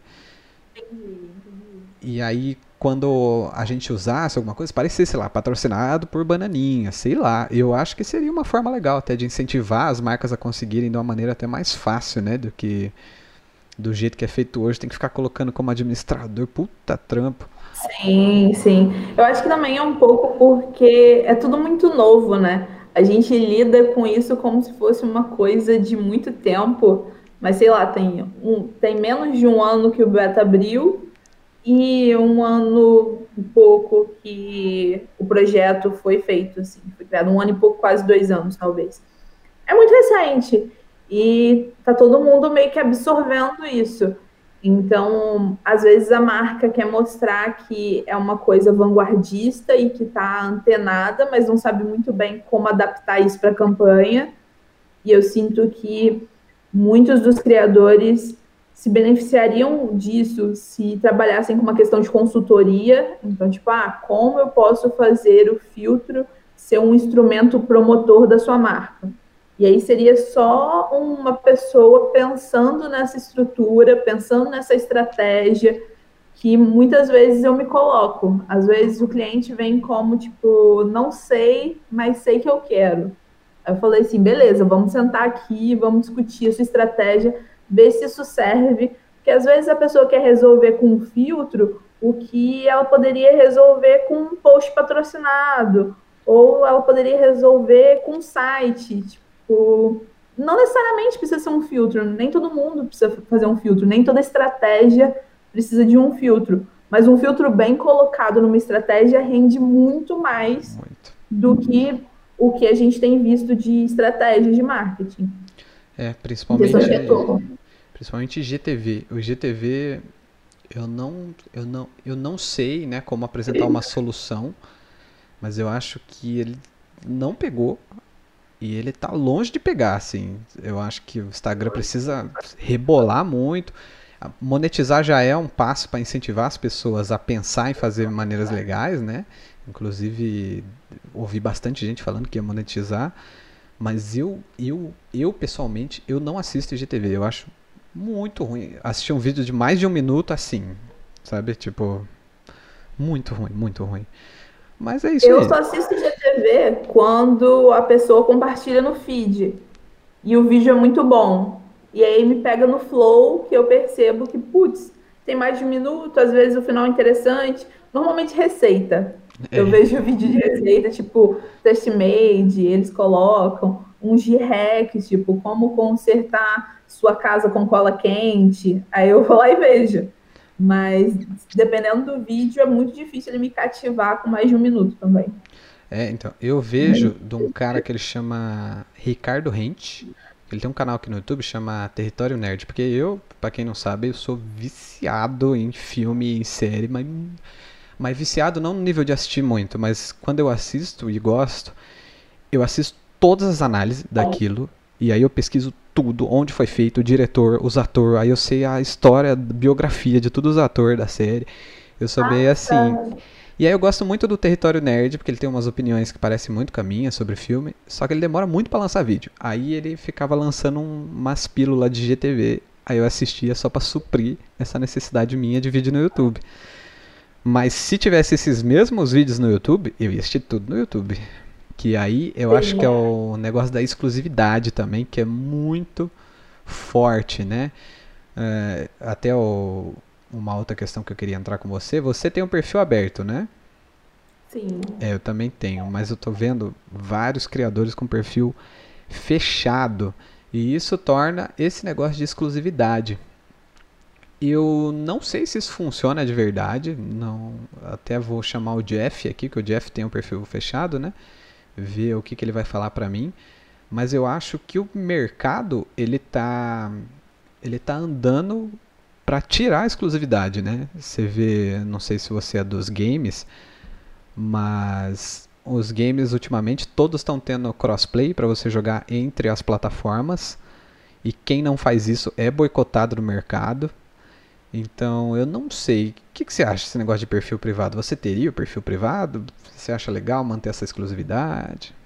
E aí, quando a gente usasse alguma coisa, parecia, sei lá, patrocinado por Bananinha, sei lá. Eu acho que seria uma forma legal até de incentivar as marcas a conseguirem de uma maneira até mais fácil, né? Do que do jeito que é feito hoje. Tem que ficar colocando como administrador, puta trampo. Sim, sim. Eu acho que também é um pouco porque é tudo muito novo, né? A gente lida com isso como se fosse uma coisa de muito tempo, mas sei lá, tem menos de um ano que o beta abriu e um ano e pouco que o projeto foi feito, assim, foi criado um ano e pouco, quase 2 anos, talvez. É muito recente e tá todo mundo meio que absorvendo isso. Então, às vezes a marca quer mostrar que é uma coisa vanguardista e que está antenada, mas não sabe muito bem como adaptar isso para a campanha. E eu sinto que muitos dos criadores se beneficiariam disso se trabalhassem com uma questão de consultoria. Então, tipo, como eu posso fazer o filtro ser um instrumento promotor da sua marca? E aí seria só uma pessoa pensando nessa estrutura, pensando nessa estratégia, que muitas vezes eu me coloco. Às vezes o cliente vem como, tipo, não sei, mas sei que eu quero. Aí eu falei assim, beleza, vamos sentar aqui, vamos discutir essa estratégia, ver se isso serve, porque às vezes a pessoa quer resolver com um filtro o que ela poderia resolver com um post patrocinado, ou ela poderia resolver com um site, tipo, não necessariamente precisa ser um filtro, nem todo mundo precisa fazer um filtro, nem toda estratégia precisa de um filtro, mas um filtro bem colocado numa estratégia rende muito mais Muito. do que o que a gente tem visto de estratégias de marketing, em questão de retorno. Principalmente GTV. O GTV eu não sei, né, como apresentar uma solução, mas eu acho que ele não pegou e ele tá longe de pegar, assim. Eu acho que o Instagram precisa rebolar muito. Monetizar já é um passo para incentivar as pessoas a pensar em fazer maneiras legais, né? Inclusive, ouvi bastante gente falando que ia monetizar, mas eu pessoalmente, eu não assisto IGTV. Eu acho muito ruim. Assistir um vídeo de mais de um minuto assim, sabe? Tipo, muito ruim, muito ruim. Mas é isso Eu aí. só assisto GTV quando a pessoa compartilha no feed e o vídeo é muito bom. E aí me pega no flow que eu percebo que, putz, tem mais de um minuto, às vezes o final é interessante. Normalmente receita. Eu É, vejo vídeo de receita, tipo Testmade, eles colocam uns de hacks, tipo como consertar sua casa com cola quente. Aí eu vou lá e vejo. Mas dependendo do vídeo, é muito difícil ele me cativar com mais de um minuto também. então, eu vejo de um cara que ele chama Ricardo Rente. Ele tem um canal aqui no YouTube chama Território Nerd, porque eu, pra quem não sabe, eu sou viciado em filme e série, mas viciado não no nível de assistir muito, mas quando eu assisto e gosto, eu assisto todas as análises daquilo e aí eu pesquiso tudo, onde foi feito, o diretor, os atores, aí eu sei a história, a biografia de todos os atores da série. Eu sou bem assim. E aí eu gosto muito do Território Nerd, porque ele tem umas opiniões que parecem muito com a minha sobre filme, só que ele demora muito pra lançar vídeo. Aí ele ficava lançando umas pílulas de GTV, aí eu assistia só pra suprir essa necessidade minha de vídeo no YouTube. Mas se tivesse esses mesmos vídeos no YouTube, eu ia assistir tudo no YouTube. Que aí eu acho que é o negócio da exclusividade também, que é muito forte, né? Até uma outra questão que eu queria entrar com você. Você tem um perfil aberto, né? Sim. Eu também tenho, mas eu tô vendo vários criadores com perfil fechado. E isso torna esse negócio de exclusividade. Eu não sei se isso funciona de verdade. Não, até vou chamar o Jeff aqui, que o Jeff tem um perfil fechado, né? Ver o que ele vai falar pra mim. Mas eu acho que o mercado ele tá andando para tirar a exclusividade, né? Você vê, não sei se você é dos games, mas os games ultimamente todos estão tendo crossplay para você jogar entre as plataformas e quem não faz isso é boicotado no mercado. Então eu não sei. O que você acha desse negócio de perfil privado? Você teria o perfil privado? Você acha legal manter essa exclusividade?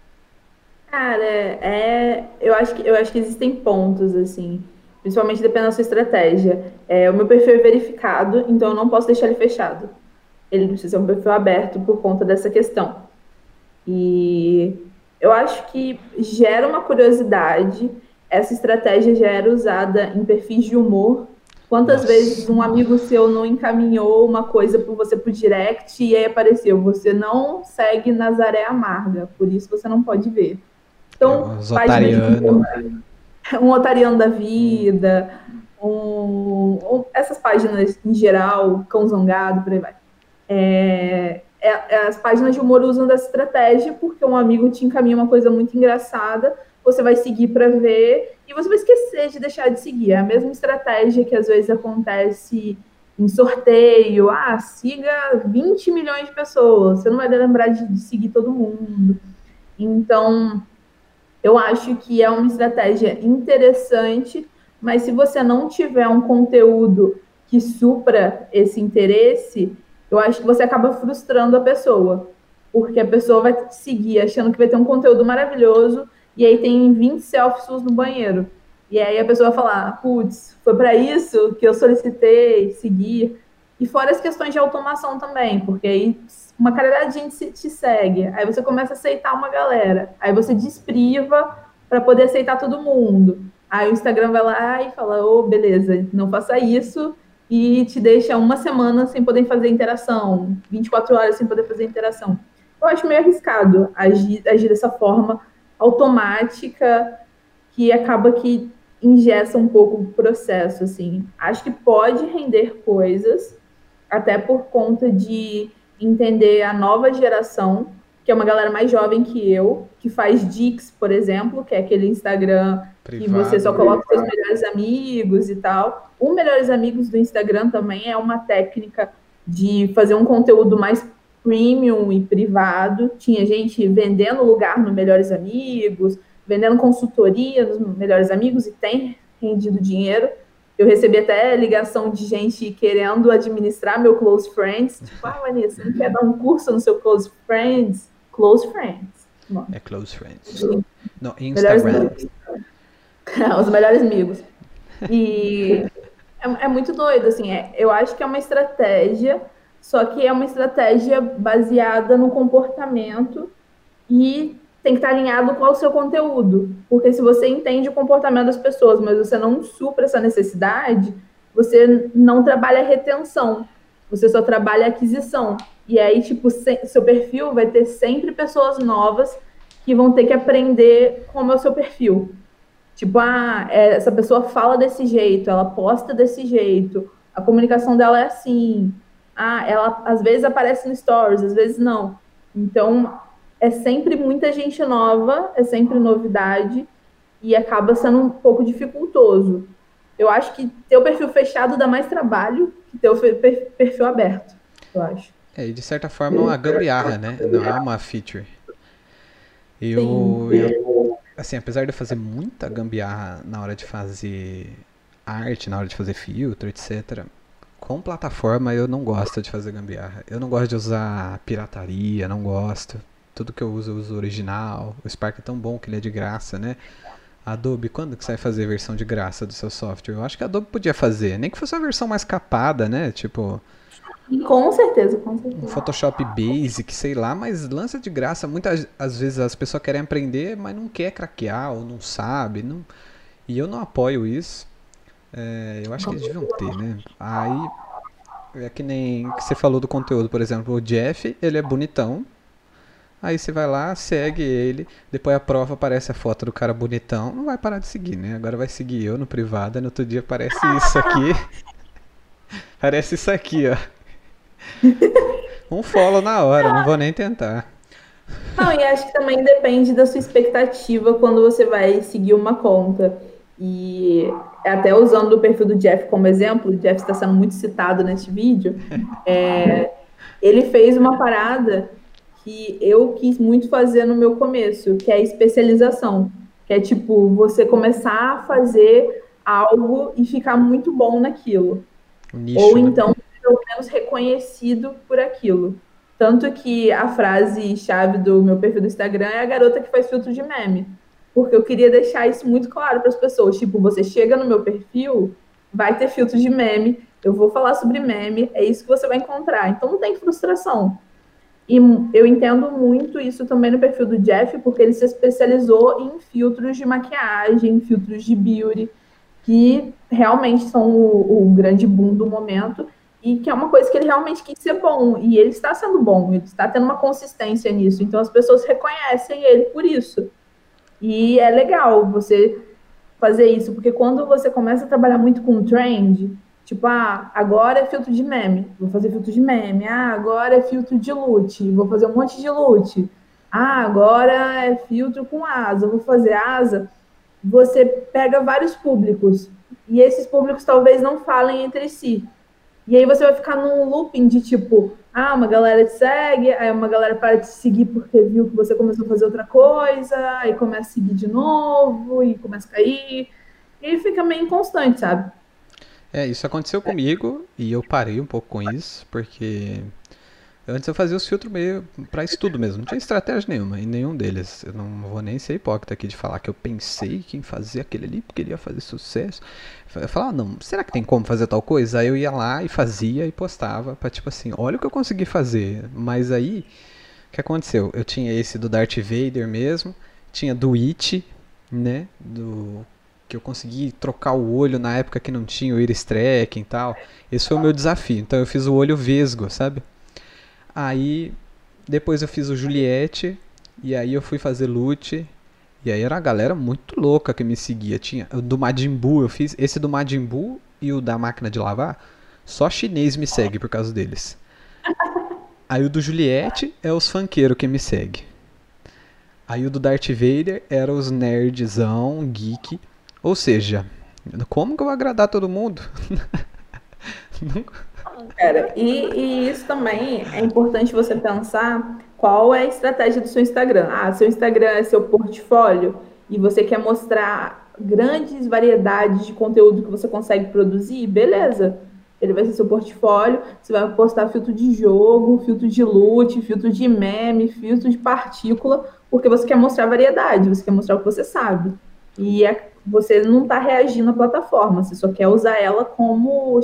Cara, eu acho que existem pontos, assim, principalmente dependendo da sua estratégia. O meu perfil é verificado, então eu não posso deixar ele fechado. Ele precisa ser um perfil aberto por conta dessa questão. E eu acho que gera uma curiosidade. Essa estratégia já era usada em perfis de humor. Quantas vezes Nossa. um amigo seu não encaminhou uma coisa por você por direct e aí apareceu, você não segue Nazaré Amarga, por isso você não pode ver. Então, Os páginas de otariano. um otariano da vida, essas páginas em geral, cão zangado, por aí vai. As páginas de humor usam dessa estratégia porque um amigo te encaminha uma coisa muito engraçada, você vai seguir para ver e você vai esquecer de deixar de seguir. É a mesma estratégia que às vezes acontece em sorteio. Ah, siga 20 milhões de pessoas, você não vai lembrar de seguir todo mundo. Então, eu acho que é uma estratégia interessante, mas se você não tiver um conteúdo que supra esse interesse, eu acho que você acaba frustrando a pessoa. Porque a pessoa vai te seguir achando que vai ter um conteúdo maravilhoso e aí tem 20 selfies no banheiro. E aí a pessoa vai falar, putz, foi para isso que eu solicitei seguir. E fora as questões de automação também, porque aí uma caridade de gente te segue, aí você começa a aceitar uma galera, aí você despriva para poder aceitar todo mundo. Aí o Instagram vai lá e fala, ô, oh, beleza, não faça isso, e te deixa uma semana sem poder fazer interação, 24 horas sem poder fazer interação. Eu acho meio arriscado agir dessa forma automática, que acaba que ingessa um pouco o processo, assim. Acho que pode render coisas, até por conta de entender a nova geração, que é uma galera mais jovem que eu, que faz Dix, por exemplo, que é aquele Instagram que você só Privado. coloca os seus melhores amigos e tal. O Melhores Amigos do Instagram também é uma técnica de fazer um conteúdo mais premium e privado. Tinha gente vendendo lugar no Melhores Amigos, vendendo consultoria nos Melhores Amigos e tem rendido dinheiro. Eu recebi até ligação de gente querendo administrar meu Close Friends. Tipo, Vanessa, não quer dar um curso no seu Close Friends? Close Friends. Bom, É Close Friends. de No, melhores Instagram. amigos. Os melhores amigos. E é muito doido, assim. Eu acho que é uma estratégia, só que é uma estratégia baseada no comportamento e tem que estar alinhado com o seu conteúdo. Porque se você entende o comportamento das pessoas, mas você não supra essa necessidade, você não trabalha retenção, você só trabalha aquisição. E aí, tipo, seu perfil vai ter sempre pessoas novas que vão ter que aprender como é o seu perfil. Tipo, essa pessoa fala desse jeito, ela posta desse jeito, a comunicação dela é assim. Ela às vezes aparece no stories, às vezes não. Então, é sempre muita gente nova, é sempre novidade e acaba sendo um pouco dificultoso. Eu acho que ter o perfil fechado dá mais trabalho que ter o perfil aberto, eu acho. E de certa forma é uma gambiarra, né? Não é uma feature. Sim. Assim, apesar de eu fazer muita gambiarra na hora de fazer arte, na hora de fazer filtro, etc., com plataforma eu não gosto de fazer gambiarra. Eu não gosto de usar pirataria, não gosto. Tudo que eu uso original. O Spark é tão bom que ele é de graça, né? Adobe, quando que você vai fazer a versão de graça do seu software? Eu acho que a Adobe podia fazer, nem que fosse uma versão mais capada, né? Tipo, Com certeza, com um certeza. Photoshop Basic, sei lá, mas lança de graça. Muitas às vezes as pessoas querem aprender, mas não quer craquear ou não sabe. Não... E eu não apoio isso. Eu acho que eles deviam ter, né? Aí é que nem que você falou do conteúdo, por exemplo, o Jeff, ele é bonitão. Aí você vai lá, segue ele, depois a prova aparece a foto do cara bonitão, não vai parar de seguir, né? Agora vai seguir eu no privado, e no outro dia aparece isso aqui. Parece isso aqui, ó. Um follow na hora, não vou nem tentar. Não, e acho que também depende da sua expectativa quando você vai seguir uma conta. E até usando o perfil do Jeff como exemplo, o Jeff está sendo muito citado neste vídeo, ele fez uma parada que eu quis muito fazer no meu começo, que é a especialização. Que é tipo, você começar a fazer algo e ficar muito bom naquilo. O Ou nicho, né? então, pelo menos reconhecido por aquilo. Tanto que a frase-chave do meu perfil do Instagram é a garota que faz filtro de meme. Porque eu queria deixar isso muito claro para as pessoas. Tipo, você chega no meu perfil, vai ter filtro de meme, eu vou falar sobre meme, é isso que você vai encontrar. Então não tem frustração. E eu entendo muito isso também no perfil do Jeff, porque ele se especializou em filtros de maquiagem, filtros de beauty, que realmente são o grande boom do momento e que é uma coisa que ele realmente quis ser bom. E ele está sendo bom, ele está tendo uma consistência nisso. Então as pessoas reconhecem ele por isso. E é legal você fazer isso, porque quando você começa a trabalhar muito com trend, tipo, agora é filtro de meme, vou fazer filtro de meme. Agora é filtro de loot, vou fazer um monte de loot. Agora é filtro com asa, vou fazer asa. Você pega vários públicos e esses públicos talvez não falem entre si. E aí você vai ficar num looping de tipo, uma galera te segue, aí uma galera para de te seguir porque viu que você começou a fazer outra coisa, aí começa a seguir de novo e começa a cair. E aí fica meio inconstante, sabe? Isso aconteceu comigo e eu parei um pouco com isso, porque antes eu fazia os filtros meio pra estudo mesmo, não tinha estratégia nenhuma em nenhum deles. Eu não vou nem ser hipócrita aqui de falar que eu pensei que em fazer aquele ali porque ele ia fazer sucesso. Eu falava, não, será que tem como fazer tal coisa? Aí eu ia lá e fazia e postava pra tipo assim, olha o que eu consegui fazer. Mas aí, o que aconteceu? Eu tinha esse do Darth Vader mesmo, tinha do It, né, do que eu consegui trocar o olho na época que não tinha o Iris Tracking e tal. Esse foi o meu desafio. Então eu fiz o olho vesgo, sabe? Aí depois eu fiz o Juliette e aí eu fui fazer Lute. E aí era a galera muito louca que me seguia. Tinha o do Majin Buu, eu fiz esse do Majin Buu e o da máquina de lavar. Só chinês me segue por causa deles. Aí o do Juliette é os funkeiros que me segue. Aí o do Darth Vader era os nerdzão, geek. Ou seja, como que eu vou agradar todo mundo? Cara, e isso também é importante você pensar qual é a estratégia do seu Instagram. Ah, seu Instagram é seu portfólio e você quer mostrar grandes variedades de conteúdo que você consegue produzir, beleza. Ele vai ser seu portfólio, você vai postar filtro de jogo, filtro de loot, filtro de meme, filtro de partícula, porque você quer mostrar variedade, você quer mostrar o que você sabe. Você não está reagindo à plataforma, você só quer usar ela como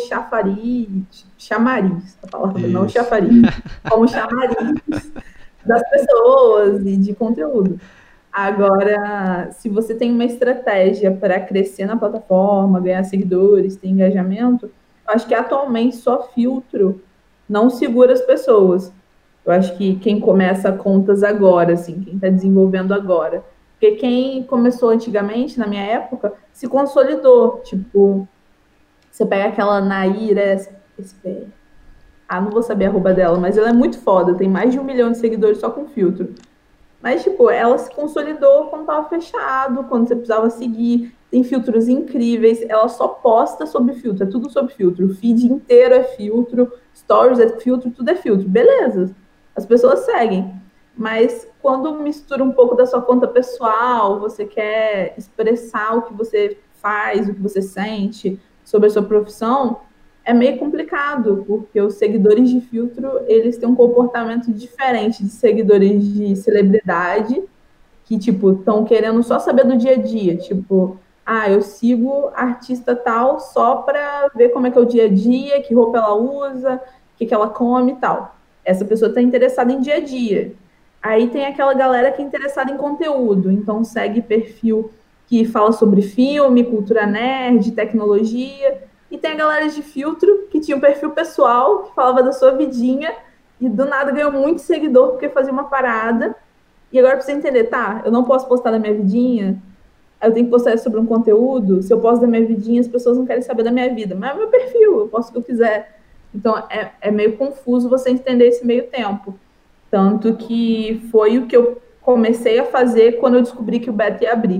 chamariz, a palavra não Isso. chafariz, como chamariz das pessoas e de conteúdo. Agora, se você tem uma estratégia para crescer na plataforma, ganhar seguidores, ter engajamento, eu acho que atualmente só filtro não segura as pessoas. Eu acho que quem começa contas agora, assim, quem está desenvolvendo agora. Porque quem começou antigamente, na minha época, se consolidou. Tipo, você pega aquela Naira SPR. Ah, não vou saber a arroba dela, mas ela é muito foda. Tem mais de 1 milhão de seguidores só com filtro. Mas, tipo, ela se consolidou quando tava fechado, quando você precisava seguir. Tem filtros incríveis. Ela só posta sobre filtro. É tudo sobre filtro. O feed inteiro é filtro. Stories é filtro. Tudo é filtro. Beleza. As pessoas seguem. Mas quando mistura um pouco da sua conta pessoal, você quer expressar o que você faz, o que você sente sobre a sua profissão, é meio complicado, porque os seguidores de filtro, eles têm um comportamento diferente de seguidores de celebridade, que, tipo, estão querendo só saber do dia a dia, tipo, ah, eu sigo artista tal só para ver como é que é o dia a dia, que roupa ela usa, o que ela come e tal. Essa pessoa está interessada em dia a dia. Aí tem aquela galera que é interessada em conteúdo, então segue perfil que fala sobre filme, cultura nerd, tecnologia, e tem a galera de filtro que tinha um perfil pessoal, que falava da sua vidinha, e do nada ganhou muito seguidor porque fazia uma parada. E agora pra você entender, tá, eu não posso postar da minha vidinha, eu tenho que postar sobre um conteúdo. Se eu posto da minha vidinha, as pessoas não querem saber da minha vida, mas é meu perfil, eu posto o que eu quiser. Então é meio confuso você entender esse meio tempo. Tanto que foi o que eu comecei a fazer quando eu descobri que o beta ia abrir.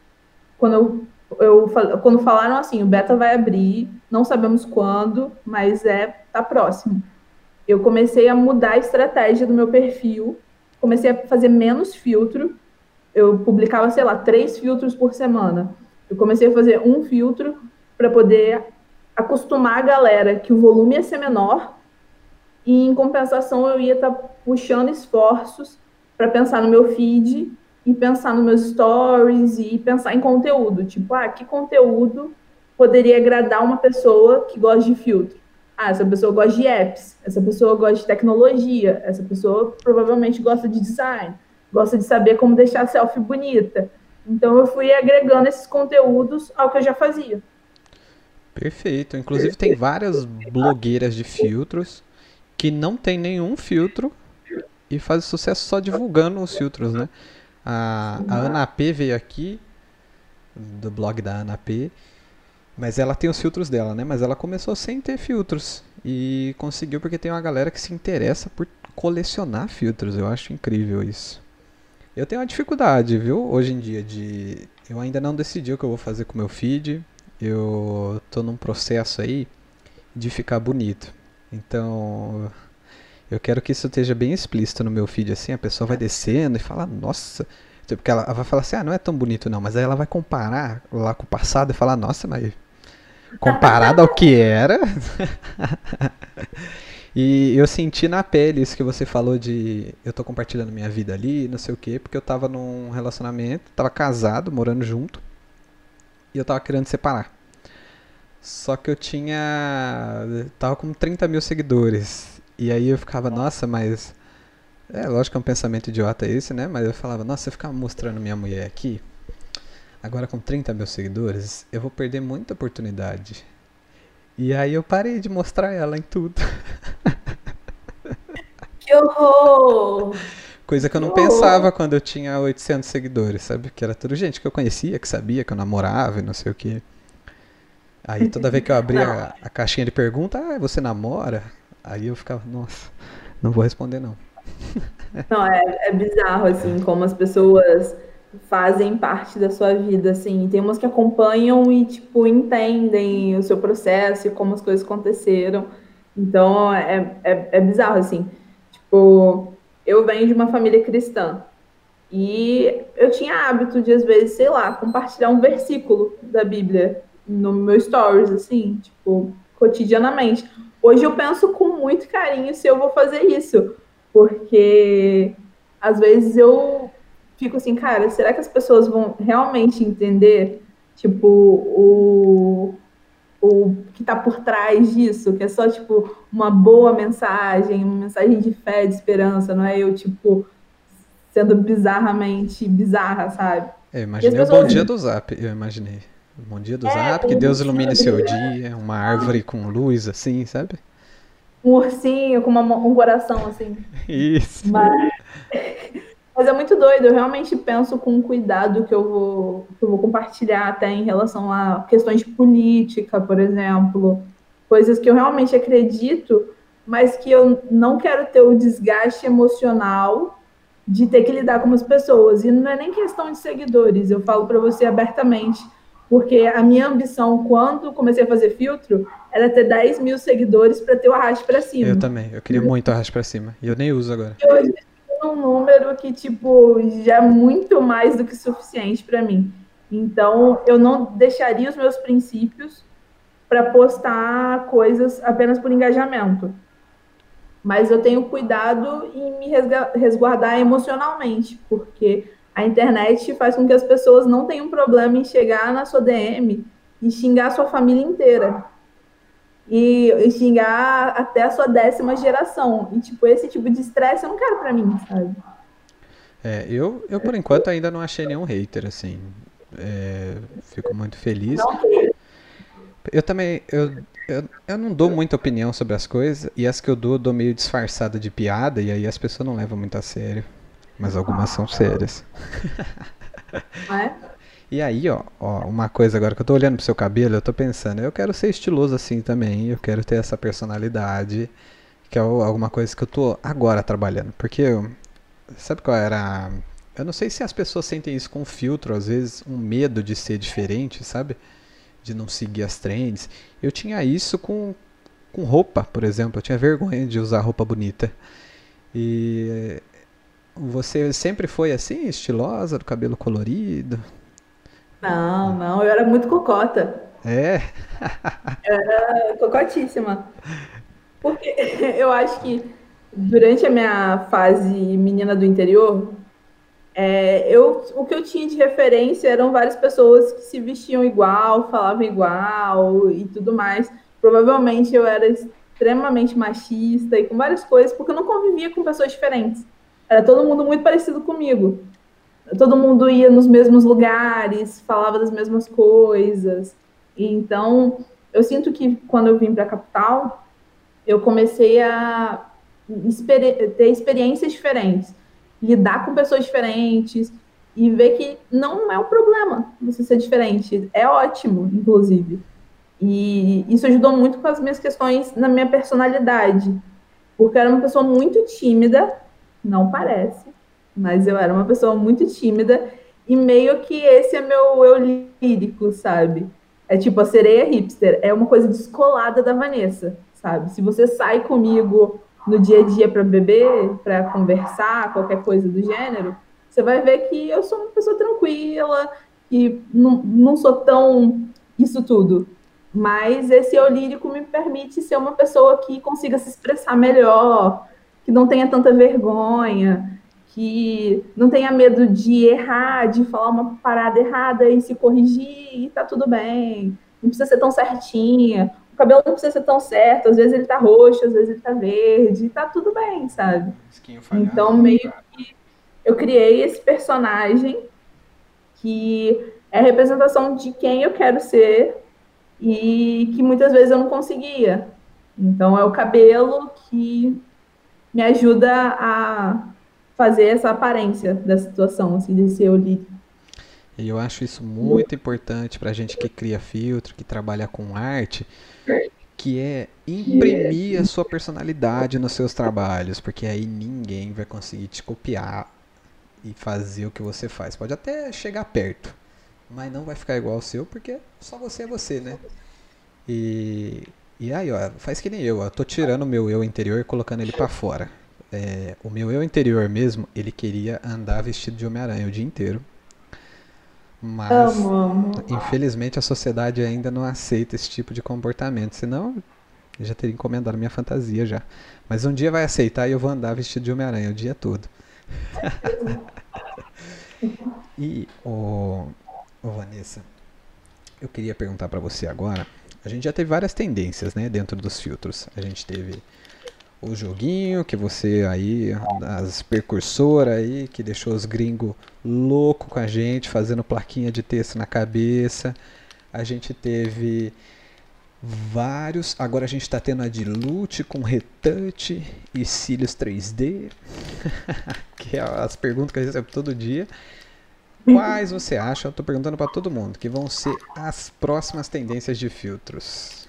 Quando falaram assim, o beta vai abrir, não sabemos quando, mas tá próximo. Eu comecei a mudar a estratégia do meu perfil, comecei a fazer menos filtro. Eu publicava, sei lá, 3 filtros por semana. Eu comecei a fazer um filtro para poder acostumar a galera que o volume ia ser menor e, em compensação, eu ia estar puxando esforços para pensar no meu feed e pensar nos meus stories e pensar em conteúdo. Tipo, que conteúdo poderia agradar uma pessoa que gosta de filtro? Essa pessoa gosta de apps, essa pessoa gosta de tecnologia, essa pessoa provavelmente gosta de design, gosta de saber como deixar a selfie bonita. Então eu fui agregando esses conteúdos ao que eu já fazia. Perfeito. Inclusive tem várias blogueiras de filtros que não tem nenhum filtro e fazem sucesso só divulgando os filtros, né? A Ana P veio aqui, do blog da Ana P, mas ela tem os filtros dela, né? Mas ela começou sem ter filtros e conseguiu porque tem uma galera que se interessa por colecionar filtros. Eu acho incrível isso. Eu tenho uma dificuldade, viu, hoje em dia de... Eu ainda não decidi o que eu vou fazer com o meu feed. Eu tô num processo aí de ficar bonito. Então, eu quero que isso esteja bem explícito no meu feed, assim, a pessoa vai descendo e fala, nossa, porque ela vai falar assim, não é tão bonito não, mas aí ela vai comparar lá com o passado e falar, nossa, mas comparado ao que era. E eu senti na pele isso que você falou de eu tô compartilhando minha vida ali, não sei o quê, porque eu tava num relacionamento, tava casado, morando junto, e eu tava querendo separar. Só que eu tava com 30 mil seguidores. E aí eu ficava, nossa, mas... lógico que é um pensamento idiota esse, né? Mas eu falava, nossa, se eu ficar mostrando minha mulher aqui, agora com 30 mil seguidores, eu vou perder muita oportunidade. E aí eu parei de mostrar ela em tudo. Que horror! Coisa que eu não pensava quando eu tinha 800 seguidores, sabe? Que era tudo gente que eu conhecia, que sabia que eu namorava e não sei o quê. Aí toda vez que eu abria a caixinha de pergunta, você namora? Aí eu ficava, nossa, Não vou responder, não. Não, é bizarro, assim, como as pessoas fazem parte da sua vida, assim. Tem umas que acompanham e, tipo, entendem o seu processo e como as coisas aconteceram. Então, é bizarro, assim. Tipo, eu venho de uma família cristã. E eu tinha hábito de, às vezes, sei lá, compartilhar um versículo da Bíblia no meu stories, assim, tipo, cotidianamente. Hoje eu penso com muito carinho se eu vou fazer isso, porque às vezes eu fico assim, cara, será que as pessoas vão realmente entender, tipo, o que está por trás disso, que é só, tipo, uma boa mensagem, uma mensagem de fé, de esperança, não é eu, tipo, sendo bizarramente bizarra, sabe? Eu E as imaginei o bom pessoas. dia do Zap, eu imaginei. O bom dia do É, Zap, com que um Deus ursinho ilumine de seu dia, uma árvore com luz, assim, sabe? um ursinho com um coração, assim. Isso. Mas, mas é muito doido, eu realmente penso com cuidado que eu vou compartilhar até em relação a questões de política, por exemplo. Coisas que eu realmente acredito, mas que eu não quero ter o desgaste emocional de ter que lidar com as pessoas. E não é nem questão de seguidores, eu falo para você abertamente, porque a minha ambição, quando comecei a fazer filtro, era ter 10 mil seguidores para ter o arraste para Eu cima. também, eu queria muito arrasto pra cima. E eu nem uso agora. E hoje é um número que, tipo, já é muito mais do que suficiente para mim. Então, eu não deixaria os meus princípios para postar coisas apenas por engajamento. Mas eu tenho cuidado em me resguardar emocionalmente, porque a internet faz com que as pessoas não tenham problema em chegar na sua DM e xingar a sua família inteira. E xingar até a sua 10ª geração. E, tipo, esse tipo de estresse eu não quero pra mim, sabe? Eu por enquanto ainda não achei nenhum hater, assim. Fico muito feliz. Não quero. Eu também, eu não dou muita opinião sobre as coisas, e as que eu dou meio disfarçada de piada, e aí as pessoas não levam muito a sério. Mas algumas são sérias. Não é? E aí, ó, uma coisa agora que eu tô olhando pro seu cabelo, eu tô pensando, eu quero ser estiloso assim também, eu quero ter essa personalidade, que é alguma coisa que eu tô agora trabalhando. Porque, sabe qual era. Eu não sei se as pessoas sentem isso com filtro, às vezes um medo de ser diferente, sabe? De não seguir as trends. Eu tinha isso com roupa, por exemplo, eu tinha vergonha de usar roupa bonita. E você sempre foi assim, estilosa, do cabelo colorido? Não, não, eu era muito cocota. É, Cocotíssima. Porque eu acho que durante a minha fase menina do interior, o que eu tinha de referência eram várias pessoas que se vestiam igual, falavam igual e tudo mais. Provavelmente eu era extremamente machista e com várias coisas, porque eu não convivia com pessoas diferentes. Era todo mundo muito parecido comigo. Todo mundo ia nos mesmos lugares, falava das mesmas coisas. E então, eu sinto que quando eu vim para a capital, eu comecei a ter experiências diferentes, lidar com pessoas diferentes e ver que não é um problema você ser diferente, é ótimo, inclusive. E isso ajudou muito com as minhas questões na minha personalidade, porque eu era uma pessoa muito tímida, não parece, mas eu era uma pessoa muito tímida e meio que esse é meu eu lírico, sabe? É tipo a sereia hipster, é uma coisa descolada da Vanessa, sabe? Se você sai comigo no dia a dia para beber, para conversar, qualquer coisa do gênero, você vai ver que eu sou uma pessoa tranquila, que não sou tão isso tudo. Mas esse eu lírico me permite ser uma pessoa que consiga se expressar melhor, que não tenha tanta vergonha, que não tenha medo de errar, de falar uma parada errada e se corrigir e tá tudo bem. Não precisa ser tão certinha. O cabelo não precisa ser tão certo. Às vezes ele tá roxo, às vezes ele tá verde. Tá tudo bem, sabe? esquinho Então, falhado. meio que eu criei esse personagem que é a representação de quem eu quero ser e que muitas vezes eu não conseguia. Então, é o cabelo que me ajuda a fazer essa aparência da situação, assim, de ser lírico. E eu acho isso muito importante pra gente que cria filtro, que trabalha com arte, que é imprimir a sua personalidade nos seus trabalhos, porque aí ninguém vai conseguir te copiar e fazer o que você faz. Pode até chegar perto, mas não vai ficar igual ao seu, porque só você é você, né? E, e aí, ó, faz que nem eu, ó, tô tirando o meu eu interior e colocando ele pra fora. O meu eu interior mesmo, ele queria andar vestido de Homem-Aranha o dia inteiro, Amo, mas amo. infelizmente a sociedade ainda não aceita esse tipo de comportamento, senão eu já teria encomendado minha fantasia já. Mas um dia vai aceitar e eu vou andar vestido de Homem-Aranha o dia todo. E, Vanessa, eu queria perguntar pra você agora. A gente já teve várias tendências, né, dentro dos filtros. A gente teve o joguinho que você aí, as precursoras aí, que deixou os gringos louco com a gente, fazendo plaquinha de texto na cabeça. A gente teve vários. Agora a gente está tendo a de Lute com retouch e cílios 3D, que é as perguntas que eu recebo todo dia. Quais você acha, eu estou perguntando para todo mundo, que vão ser as próximas tendências de filtros?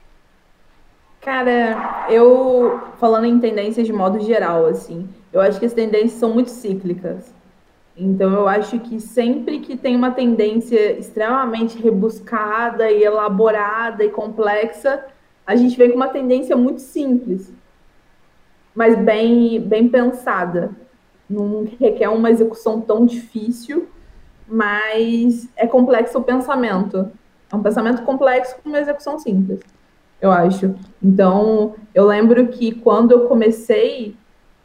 Cara, eu falando em tendências de modo geral, assim, eu acho que as tendências são muito cíclicas. Então, eu acho que sempre que tem uma tendência extremamente rebuscada e elaborada e complexa, a gente vem com uma tendência muito simples, mas bem pensada. Não requer uma execução tão difícil, mas é complexo o pensamento. É um pensamento complexo com uma execução simples, eu acho. Então, eu lembro que quando eu comecei,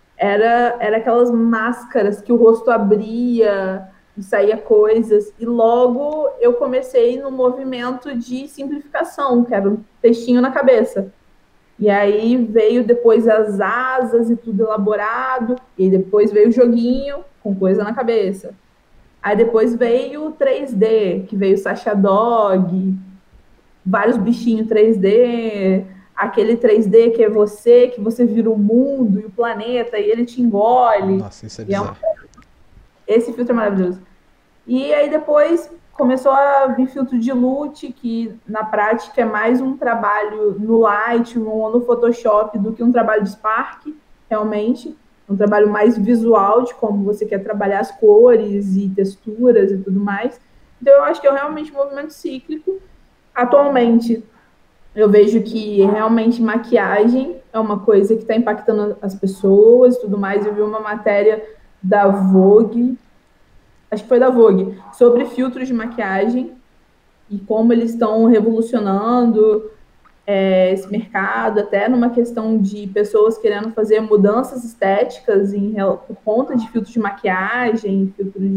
era aquelas máscaras que o rosto abria e saía coisas. E logo eu comecei no movimento de simplificação, que era um textinho na cabeça. E aí veio depois as asas e tudo elaborado, e depois veio o joguinho com coisa na cabeça. Aí depois veio o 3D, que veio o Sasha Dog, vários bichinhos 3D, aquele 3D que você vira o mundo e o planeta e ele te engole. Nossa, isso é E bizarro. esse filtro é maravilhoso. E aí depois começou a vir filtro de LUT, que na prática é mais um trabalho no Lightroom ou no Photoshop do que um trabalho de Spark, realmente. Um trabalho mais visual de como você quer trabalhar as cores e texturas e tudo mais. Então eu acho que é realmente um movimento cíclico. Atualmente, eu vejo que realmente maquiagem é uma coisa que está impactando as pessoas e tudo mais. Eu vi uma matéria da Vogue, acho que foi da Vogue, sobre filtros de maquiagem e como eles estão revolucionando esse mercado, até numa questão de pessoas querendo fazer mudanças estéticas por conta de filtros de maquiagem,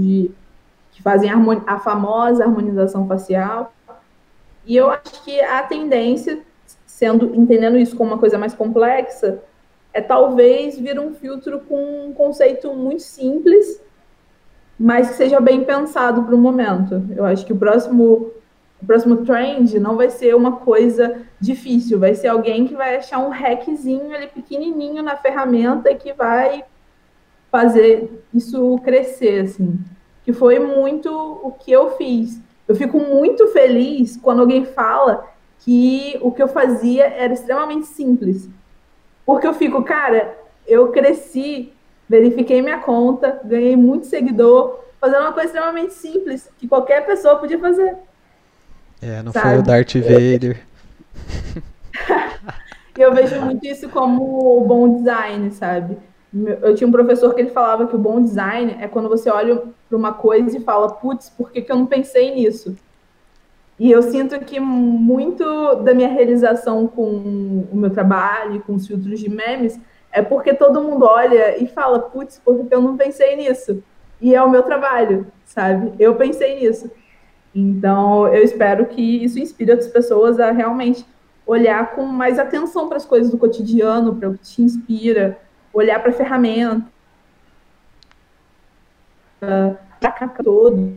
que fazem a famosa harmonização facial. E eu acho que a tendência, entendendo isso como uma coisa mais complexa, é talvez vir um filtro com um conceito muito simples, mas que seja bem pensado para o momento. Eu acho que o próximo trend não vai ser uma coisa difícil, vai ser alguém que vai achar um hackzinho ali pequenininho na ferramenta que vai fazer isso crescer, assim. Que foi muito o que eu fiz. Eu fico muito feliz quando alguém fala que o que eu fazia era extremamente simples. Porque eu fico, cara, eu cresci, verifiquei minha conta, ganhei muito seguidor, fazendo uma coisa extremamente simples, que qualquer pessoa podia fazer, Não foi o sabe? Darth Vader. E eu vejo muito isso como o bom design, sabe? Eu tinha um professor que ele falava que o bom design é quando você olha para uma coisa e fala, putz, por que eu não pensei nisso? E eu sinto que muito da minha realização com o meu trabalho, com os filtros de memes, é porque todo mundo olha e fala, putz, por que eu não pensei nisso? E é o meu trabalho, sabe? Eu pensei nisso. Então, eu espero que isso inspire outras pessoas a realmente olhar com mais atenção para as coisas do cotidiano, para o que te inspira, olhar para a ferramenta, para cá todo.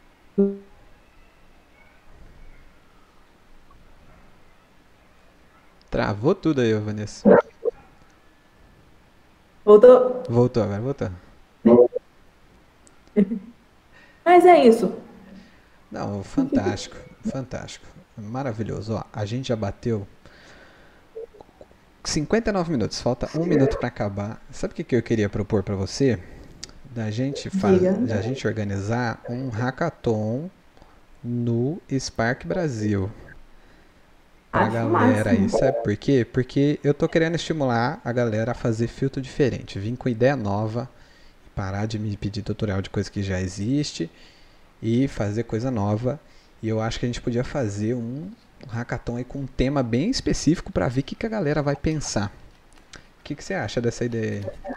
Travou tudo aí, Vanessa. Voltou. Voltou agora, voltou. Mas é isso. Não, fantástico, fantástico. Maravilhoso. Ó, a gente já bateu 59 minutos, falta 1 minuto para acabar. Sabe o que eu queria propor para você? Da gente organizar um hackathon no Spark Brasil. Pra Acho galera aí, máximo. sabe por quê? Porque eu tô querendo estimular a galera a fazer filtro diferente, vir com ideia nova, parar de me pedir tutorial de coisa que já existe e fazer coisa nova. E eu acho que a gente podia fazer um hackathon aí com um tema bem específico para ver o que a galera vai pensar. O que você acha dessa ideia aí?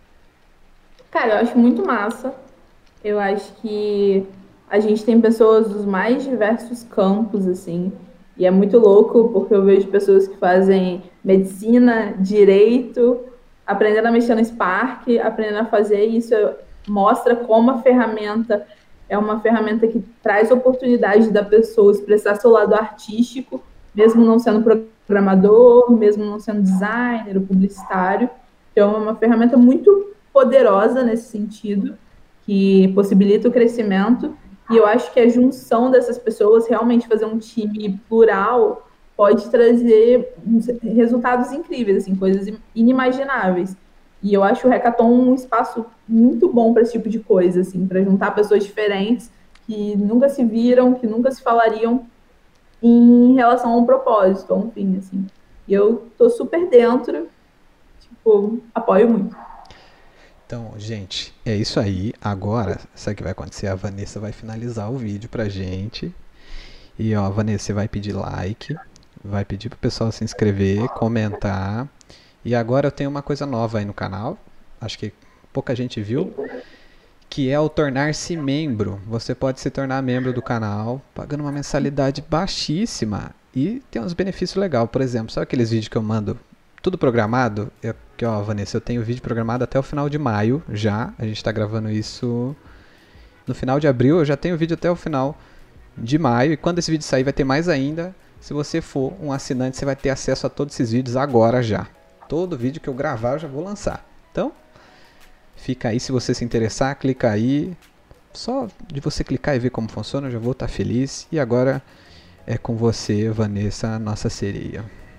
Cara, eu acho muito massa. Eu acho que a gente tem pessoas dos mais diversos campos, assim, e é muito louco porque eu vejo pessoas que fazem medicina, direito, aprendendo a mexer no Spark, aprendendo a fazer isso, mostra como a ferramenta é uma ferramenta que traz oportunidade da pessoa expressar seu lado artístico, mesmo não sendo programador, mesmo não sendo designer ou publicitário. Então, é uma ferramenta muito poderosa nesse sentido, que possibilita o crescimento. E eu acho que a junção dessas pessoas, realmente fazer um time plural, pode trazer resultados incríveis, assim, coisas inimagináveis. E eu acho o Hackathon um espaço muito bom para esse tipo de coisa, assim, para juntar pessoas diferentes que nunca se viram, que nunca se falariam em relação a um propósito, a um fim, assim. E eu tô super dentro, tipo, apoio muito. Então, gente, é isso aí. Agora, sabe o que vai acontecer? A Vanessa vai finalizar o vídeo pra gente. E ó, Vanessa, você vai pedir like, vai pedir pro pessoal se inscrever, comentar. E agora eu tenho uma coisa nova aí no canal, acho que pouca gente viu, que é o tornar-se membro. Você pode se tornar membro do canal pagando uma mensalidade baixíssima e tem uns benefícios legais. Por exemplo, sabe aqueles vídeos que eu mando tudo programado? Ó, Vanessa, eu tenho vídeo programado até o final de maio já. A gente está gravando isso no final de abril, eu já tenho vídeo até o final de maio. E quando esse vídeo sair vai ter mais ainda. Se você for um assinante, você vai ter acesso a todos esses vídeos agora já. Todo vídeo que eu gravar eu já vou lançar. Então, fica aí, se você se interessar, clica aí. Só de você clicar e ver como funciona, eu já vou estar feliz. E agora é com você, Vanessa, nossa sereia.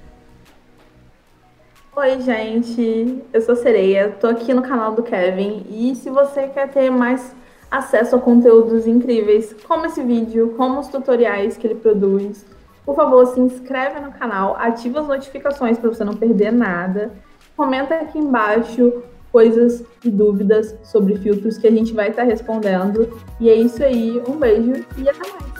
Oi, gente, eu sou Sereia, tô aqui no canal do Kevin e se você quer ter mais acesso a conteúdos incríveis, como esse vídeo, como os tutoriais que ele produz, por favor, se inscreve no canal, ativa as notificações para você não perder nada, comenta aqui embaixo coisas e dúvidas sobre filtros que a gente vai estar respondendo. E é isso aí, um beijo e até mais!